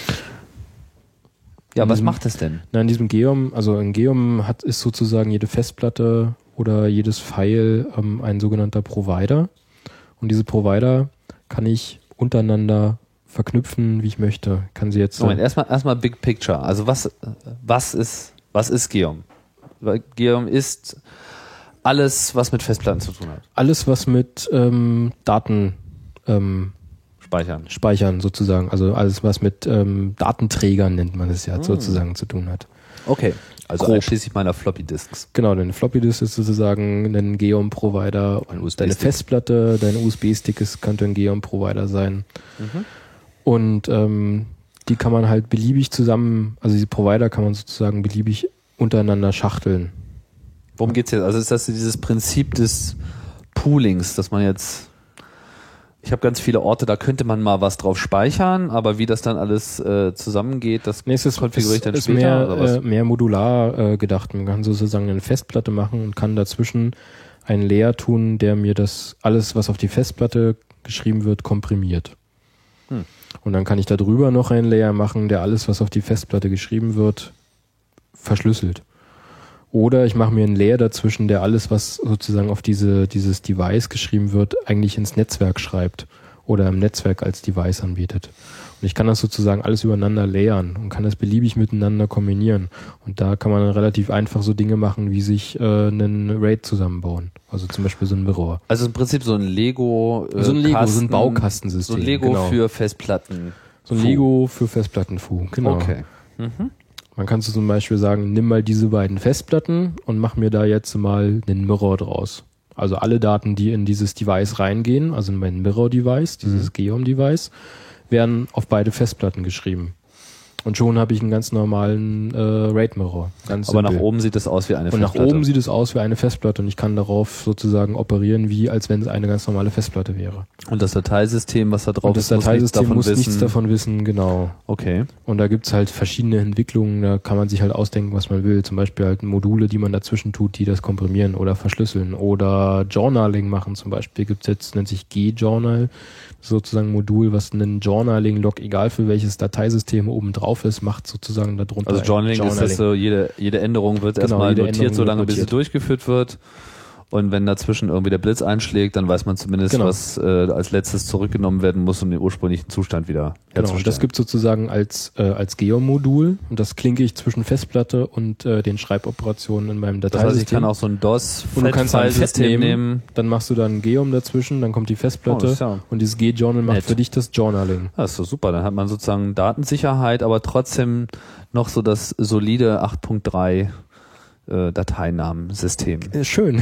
Ja, In was diesem- macht es denn? Na, in diesem Geom, also in Geom hat ist sozusagen jede Festplatte oder jedes File ähm, ein sogenannter Provider. Und diese Provider kann ich untereinander verknüpfen, wie ich möchte. Kann sie jetzt. Moment, erstmal erstmal Big Picture. Also was was ist was ist Geom? Weil Geom ist alles, was mit Festplatten zu tun hat. Alles, was mit ähm, Daten ähm, Speichern. speichern sozusagen, also alles, was mit ähm, Datenträgern, nennt man es ja, Hm. sozusagen zu tun hat. Okay. Also Grob. einschließlich meiner Floppy Disks. Genau, deine Floppy Disk ist sozusagen ein Geom-Provider. Ein U S Deine B-Stick. Festplatte, dein U S B-Stick ist, könnte ein Geom-Provider sein. Mhm. Und ähm, die kann man halt beliebig zusammen, also diese Provider kann man sozusagen beliebig untereinander schachteln. Worum geht's jetzt? Also ist das dieses Prinzip des Poolings, dass man jetzt ich habe ganz viele Orte, da könnte man mal was drauf speichern, aber wie das dann alles äh, zusammengeht, das Nee, es ist, konfiguriere ich dann ist später mehr, oder was? äh, mehr modular äh, gedacht. Man kann sozusagen eine Festplatte machen und kann dazwischen einen Layer tun, der mir das alles, was auf die Festplatte geschrieben wird, komprimiert. Hm. Und dann kann ich da drüber noch einen Layer machen, der alles, was auf die Festplatte geschrieben wird, verschlüsselt. Oder ich mache mir einen Layer dazwischen, der alles, was sozusagen auf diese, dieses Device geschrieben wird, eigentlich ins Netzwerk schreibt oder im Netzwerk als Device anbietet. Und ich kann das sozusagen alles übereinander layern und kann das beliebig miteinander kombinieren. Und da kann man dann relativ einfach so Dinge machen, wie sich äh, einen RAID zusammenbauen. Also zum Beispiel so ein Mirror. Also im Prinzip so ein Lego äh, So ein Lego, Kasten, so ein Baukastensystem. So ein Lego genau. für Festplatten. So ein Fu. Lego für Festplattenfu, genau. Okay. Mhm. Man kann so zum Beispiel sagen, nimm mal diese beiden Festplatten und mach mir da jetzt mal einen Mirror draus. Also alle Daten, die in dieses Device reingehen, also in mein Mirror-Device, dieses Mhm. Geom-Device, werden auf beide Festplatten geschrieben. Und schon habe ich einen ganz normalen äh, RAID-Mirror. Ganz Aber simpel. nach oben sieht das aus wie eine Und nach Festplatte. oben sieht es aus wie eine Festplatte und ich kann darauf sozusagen operieren, wie als wenn es eine ganz normale Festplatte wäre. Und das Dateisystem, was da drauf Und das ist, muss nichts Dateisystem davon muss wissen. nichts davon wissen, genau. Okay. Und da gibt's halt verschiedene Entwicklungen, da kann man sich halt ausdenken, was man will. Zum Beispiel halt Module, die man dazwischen tut, die das komprimieren oder verschlüsseln. Oder Journaling machen zum Beispiel. Gibt's jetzt, nennt sich G-Journal, sozusagen ein Modul, was einen Journaling-Log, egal für welches Dateisystem oben drauf ist, macht sozusagen darunter. Also ein Journaling, ist das so, jede, jede Änderung wird Genau, erstmal jede notiert, Änderung solange wird bis sie notiert. durchgeführt wird. Und wenn dazwischen irgendwie der Blitz einschlägt, dann weiß man zumindest, Genau. was äh, als letztes zurückgenommen werden muss, um den ursprünglichen Zustand wieder Genau, herzustellen. und das gibt sozusagen als, äh, als Geom-Modul und das klinke ich zwischen Festplatte und äh, den Schreiboperationen in meinem das Dateisystem. heißt, ich kann auch so ein DOS Und du kannst ein Fett File-System nehmen, nehmen. dann machst du da ein Geom dazwischen, dann kommt die Oh, Festplatte das ist ja und dieses G-Journal macht nett. für dich das Journaling. Das ist doch super. Dann hat man sozusagen Datensicherheit, aber trotzdem noch so das solide acht Punkt drei äh, Dateinamensystem. Äh, Schön.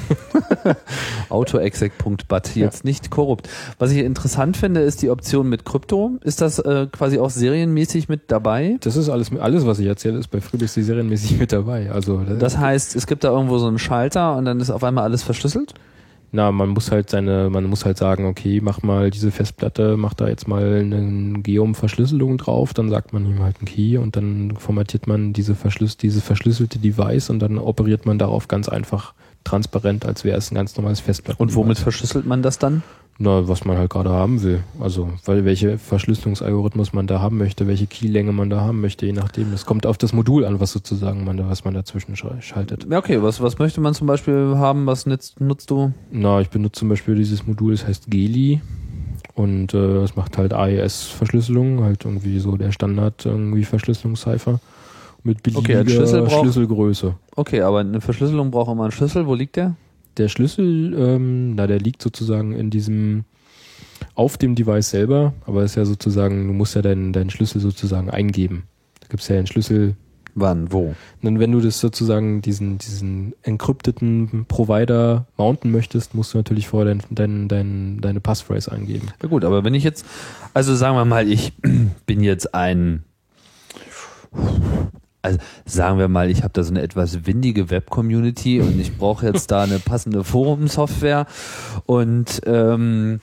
autoexec Punkt bat jetzt nicht korrupt. Was ich interessant finde, ist die Option mit Krypto. Ist das äh, quasi auch serienmäßig mit dabei? Das ist alles, alles was ich erzähle, ist bei Friedrichs die serienmäßig mit dabei. Also Das heißt, es gibt da irgendwo so einen Schalter und dann ist auf einmal alles verschlüsselt? na, man muss halt seine, man muss halt sagen, okay, mach mal diese Festplatte, mach da jetzt mal eine Geom-Verschlüsselung drauf, dann sagt man ihm halt einen Key und dann formatiert man diese Verschlüs diese verschlüsselte Device und dann operiert man darauf ganz einfach transparent, als wäre es ein ganz normales Festplatten. Und womit verschlüsselt man das dann? Na, was man halt gerade haben will. Also, weil welche Verschlüsselungsalgorithmus man da haben möchte, welche Keylänge man da haben möchte, je nachdem. Es kommt auf das Modul an, was sozusagen man da, was man dazwischen sch- schaltet. Ja, okay. Was, was möchte man zum Beispiel haben? Was nutzt, nutzt du? Na, ich benutze zum Beispiel dieses Modul, das heißt Geli. Und äh, es macht halt A E S-Verschlüsselung, halt irgendwie so der Standard irgendwie Verschlüsselungscipher mit beliebiger als Schlüssel braucht- Schlüsselgröße. Okay, aber eine Verschlüsselung braucht immer einen Schlüssel. Wo liegt der? Der Schlüssel, ähm, na, der liegt sozusagen in diesem, auf dem Device selber, aber ist ja sozusagen, du musst ja deinen, deinen Schlüssel sozusagen eingeben. Da gibt's ja einen Schlüssel. Wann? Wo? Und wenn du das sozusagen, diesen, diesen encrypteten Provider mounten möchtest, musst du natürlich vorher dein, dein, dein, deine Passphrase eingeben. Ja gut, aber wenn ich jetzt, also sagen wir mal, ich bin jetzt ein also sagen wir mal, ich habe da so eine etwas windige Web-Community und ich brauche jetzt da eine passende Forum-Software und ähm,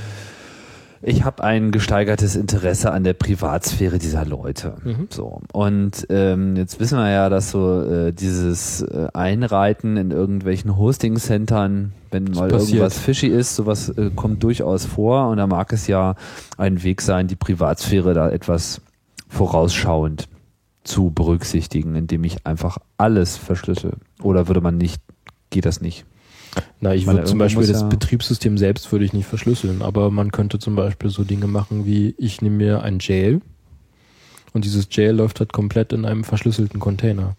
ich habe ein gesteigertes Interesse an der Privatsphäre dieser Leute. Mhm. So. Und ähm, jetzt wissen wir ja, dass so äh, dieses äh, Einreiten in irgendwelchen Hosting-Centern, wenn mal passiert. Irgendwas fishy ist, sowas äh, kommt durchaus vor und da mag es ja ein Weg sein, die Privatsphäre da etwas vorausschauend zu berücksichtigen, indem ich einfach alles verschlüssel. Oder würde man nicht, geht das nicht? Na, ich würde zum Beispiel das ja Betriebssystem selbst würde ich nicht verschlüsseln, aber man könnte zum Beispiel so Dinge machen wie, ich nehme mir ein Jail und dieses Jail läuft halt komplett in einem verschlüsselten Container.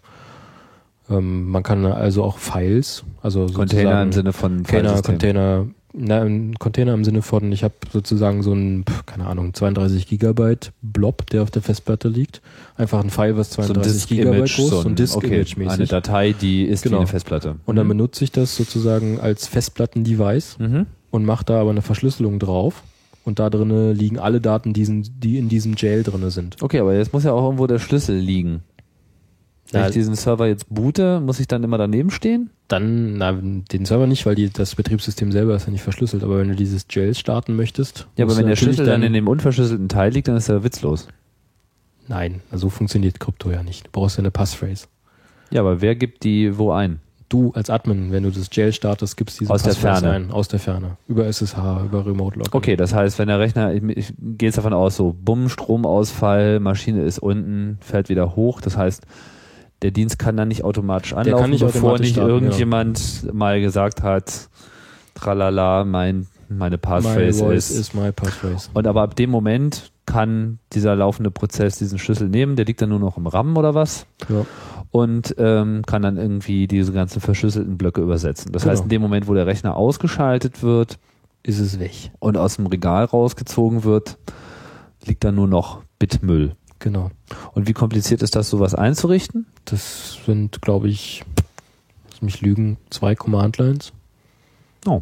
Ähm, man kann also auch Files, also Container im Sinne von Container, Container, na, ein Container im Sinne von, ich habe sozusagen so ein, keine Ahnung, zweiunddreißig Gigabyte Blob, der auf der Festplatte liegt. Einfach ein File, was zweiunddreißig so Gigabyte groß, so so ein Disk-Image okay, mäßig. Eine Datei, die ist genau. wie eine Festplatte. Und dann benutze ich das sozusagen als Festplatten-Device mhm. und mache da aber eine Verschlüsselung drauf. Und da drinnen liegen alle Daten, die in diesem Jail drinne sind. Okay, aber jetzt muss ja auch irgendwo der Schlüssel liegen. Wenn Na, ich diesen Server jetzt boote, muss ich dann immer daneben stehen? Dann, na, den Server nicht, weil die, das Betriebssystem selber ist ja nicht verschlüsselt. Aber wenn du dieses Jail starten möchtest... Ja, aber wenn der Schlüssel dann in dem unverschlüsselten Teil liegt, dann ist er witzlos. Nein, also so funktioniert Krypto ja nicht. Du brauchst ja eine Passphrase. Ja, aber wer gibt die wo ein? Du als Admin, wenn du das Jail startest, gibst diese aus Passphrase der Ferne ein. Aus der Ferne. Über S S H, über Remote Login. Okay, das heißt, wenn der Rechner, ich, ich gehe jetzt davon aus, so bumm, Stromausfall, Maschine ist unten, fährt wieder hoch. Das heißt, der Dienst kann dann nicht automatisch anlaufen, kann nicht bevor automatisch nicht starten, irgendjemand genau. mal gesagt hat, tralala, mein, meine Passphrase my ist. is my passphrase. Und aber ab dem Moment kann dieser laufende Prozess diesen Schlüssel nehmen, der liegt dann nur noch im RAM oder was? Ja. Und ähm, kann dann irgendwie diese ganzen verschlüsselten Blöcke übersetzen. Das genau. heißt, in dem Moment, wo der Rechner ausgeschaltet wird, ist es weg. Und aus dem Regal rausgezogen wird, liegt dann nur noch Bitmüll. Genau. Und wie kompliziert ist das, sowas einzurichten? Das sind, glaube ich, lass mich lügen, zwei Command-Lines. Oh.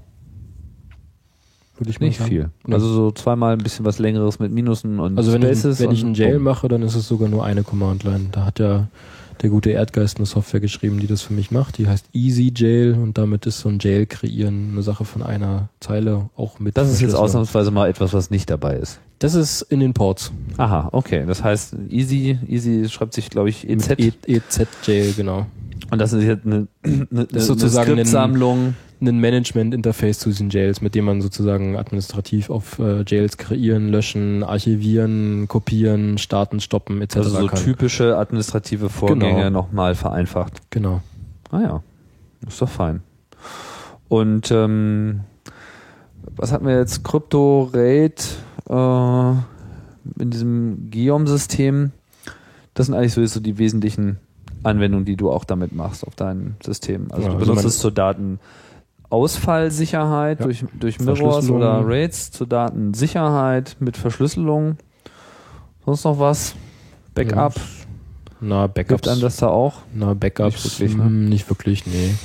Würde ich mal Nicht sagen. viel. Ja. Also so zweimal ein bisschen was Längeres mit Minusen und Also wenn Spaces. ich, wenn ich einen Jail bumm. mache, dann ist es sogar nur eine Command-Line. Da hat ja der gute Erdgeist eine Software geschrieben, die das für mich macht. Die heißt Easy Jail und damit ist so ein Jail kreieren eine Sache von einer Zeile auch mit. Das ist jetzt Verschlüsselung. ausnahmsweise mal etwas, was nicht dabei ist. Das ist in den Ports. Aha, okay. Das heißt, Easy, Easy schreibt sich, glaube ich, E Z. Mit E Z Jail, genau. Und das ist jetzt eine, eine, Das ist sozusagen eine Skriptsammlung. Ein Management-Interface zu diesen Jails, mit dem man sozusagen administrativ auf äh, Jails kreieren, löschen, archivieren, kopieren, starten, stoppen et cetera. Also so kann. typische administrative Vorgänge Genau. nochmal vereinfacht. Genau. Ah ja, ist doch fein. Und ähm, was hatten wir jetzt? Crypto, Raid äh, in diesem Geom-System. Das sind eigentlich sowieso die wesentlichen Anwendungen, die du auch damit machst auf deinem System. Also ja, du also benutzt es zur Datenausfallsicherheit Ja. durch, durch Mirrors oder Raids, zur Datensicherheit mit Verschlüsselung. Sonst noch was? Backup? Na, Backups. Gibt einem das da auch? Na, Backups. Nicht wirklich, ne? mh, nicht wirklich, nee.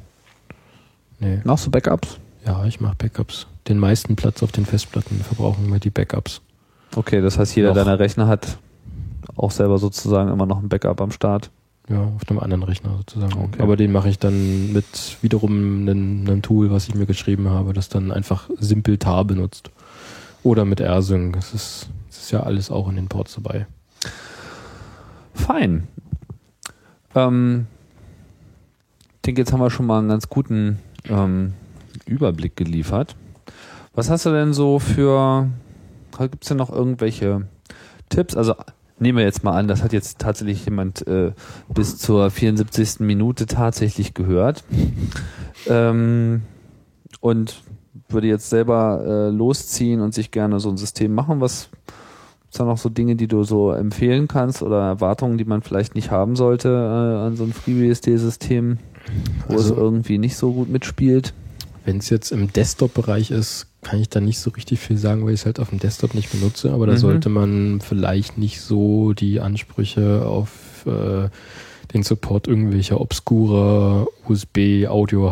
Nee. Machst du Backups? Ja, ich mache Backups. Den meisten Platz auf den Festplatten verbrauchen wir die Backups. Okay, das heißt, jeder Noch. deiner Rechner hat auch selber sozusagen immer noch ein Backup am Start. Ja, auf einem anderen Rechner sozusagen. Okay. Aber den mache ich dann mit wiederum einem, einem Tool, was ich mir geschrieben habe, das dann einfach simpel tar benutzt. Oder mit AirSync. Das ist, das ist ja alles auch in den Ports dabei. Fein. Ähm, ich denke, jetzt haben wir schon mal einen ganz guten ähm, Überblick geliefert. Was hast du denn so für, gibt es denn noch irgendwelche Tipps? Also nehmen wir jetzt mal an, das hat jetzt tatsächlich jemand äh, bis zur vierundsiebzigsten Minute tatsächlich gehört ähm, und würde jetzt selber äh, losziehen und sich gerne so ein System machen. Was ist da noch so Dinge, die du so empfehlen kannst oder Erwartungen, die man vielleicht nicht haben sollte äh, an so ein FreeBSD-System, wo Also, es irgendwie nicht so gut mitspielt? Wenn es jetzt im Desktop-Bereich ist, kann ich da nicht so richtig viel sagen, weil ich es halt auf dem Desktop nicht benutze, aber da Mhm. sollte man vielleicht nicht so die Ansprüche auf äh, den Support irgendwelcher obskurer U S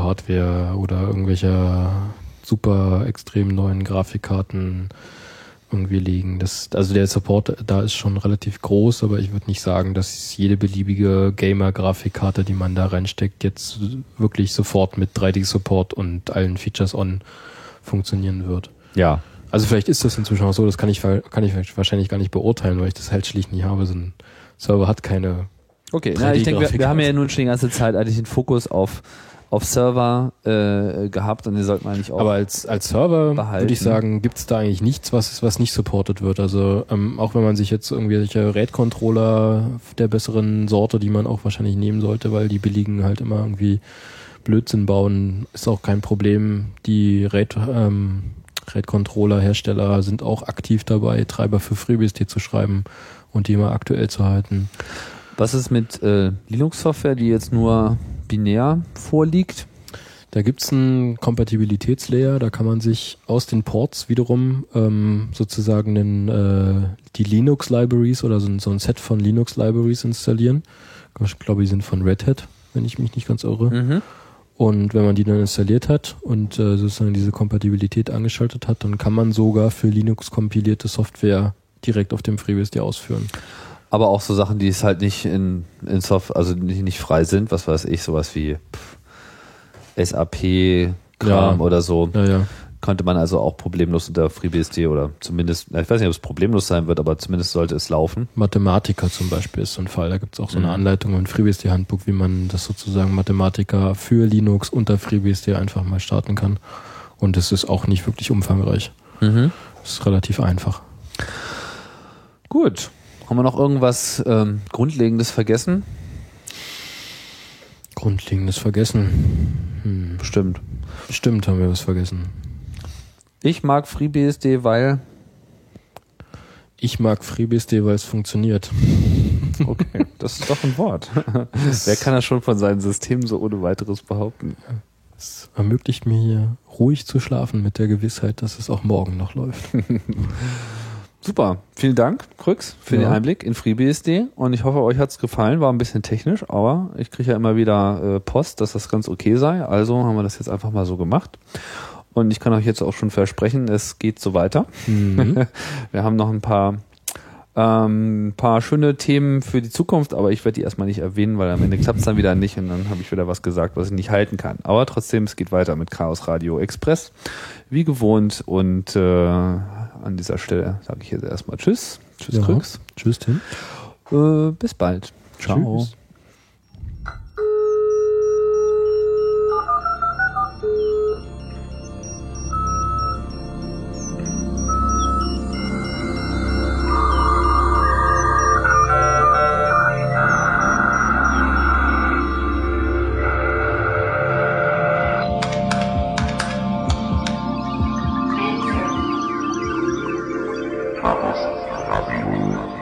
B-Audio-Hardware oder irgendwelcher super extrem neuen Grafikkarten irgendwie liegen. Das, also der Support da ist schon relativ groß, aber ich würde nicht sagen, dass jede beliebige Gamer-Grafikkarte, die man da reinsteckt, jetzt wirklich sofort mit drei D-Support und allen Features on funktionieren wird. Ja. Also vielleicht ist das inzwischen auch so, das kann ich, kann ich wahrscheinlich gar nicht beurteilen, weil ich das halt schlicht nicht habe. So ein Server hat keine Okay, na, ich denke, wir, wir haben ja nun schon die ganze Zeit eigentlich den Fokus auf auf Server äh, gehabt und den sollte man eigentlich auch Aber als als Server behalten. würde ich sagen, gibt es da eigentlich nichts, was was nicht supported wird. Also ähm, auch wenn man sich jetzt irgendwelche RAID-Controller der besseren Sorte, die man auch wahrscheinlich nehmen sollte, weil die billigen halt immer irgendwie Blödsinn bauen, ist auch kein Problem. Die RAID ähm, RAID-Controller-Hersteller sind auch aktiv dabei, Treiber für FreeBSD zu schreiben und die immer aktuell zu halten. Was ist mit äh, Linux-Software, die jetzt nur binär vorliegt? Da gibt's einen Kompatibilitätslayer, da kann man sich aus den Ports wiederum ähm, sozusagen einen, äh, die Linux-Libraries oder so ein, so ein Set von Linux-Libraries installieren. Ich glaube, die sind von Red Hat, wenn ich mich nicht ganz irre. Mhm. Und wenn man die dann installiert hat und äh, sozusagen diese Kompatibilität angeschaltet hat, dann kann man sogar für Linux kompilierte Software direkt auf dem FreeBSD ausführen. Aber auch so Sachen, die es halt nicht in, in Software, also nicht, nicht frei sind, was weiß ich, sowas wie pff, S A P-Kram Ja. oder so, Ja, ja. konnte man also auch problemlos unter FreeBSD oder zumindest, ich weiß nicht, ob es problemlos sein wird, aber zumindest sollte es laufen. Mathematiker zum Beispiel ist so ein Fall. Da gibt es auch so eine Mhm. Anleitung und ein FreeBSD-Handbuch, wie man das sozusagen Mathematiker für Linux unter FreeBSD einfach mal starten kann. Und es ist auch nicht wirklich umfangreich. Mhm. Es ist relativ einfach. Gut. Haben wir noch irgendwas ähm, Grundlegendes vergessen? Grundlegendes vergessen. Hm. Bestimmt. Bestimmt haben wir was vergessen. Ich mag FreeBSD, weil... Ich mag FreeBSD, weil es funktioniert. Okay, das ist doch ein Wort. Wer kann das schon von seinen Systemen so ohne weiteres behaupten? Es ermöglicht mir hier ruhig zu schlafen mit der Gewissheit, dass es auch morgen noch läuft. Super, vielen Dank, Krux, für Ja. den Einblick in FreeBSD und ich hoffe, euch hat's gefallen, war ein bisschen technisch, aber ich kriege ja immer wieder äh, Post, dass das ganz okay sei, also haben wir das jetzt einfach mal so gemacht und ich kann euch jetzt auch schon versprechen, es geht so weiter. Mhm. Wir haben noch ein paar ähm, ein paar schöne Themen für die Zukunft, aber ich werde die erstmal nicht erwähnen, weil am Ende klappt's dann wieder nicht und dann habe ich wieder was gesagt, was ich nicht halten kann. Aber trotzdem, es geht weiter mit Chaos Radio Express, wie gewohnt und äh, an dieser Stelle sage ich jetzt erstmal Tschüss. Tschüss, Ja. Krux. Tschüss, Tim. Äh, bis bald. Ciao. Tschüss. Chaos Radio.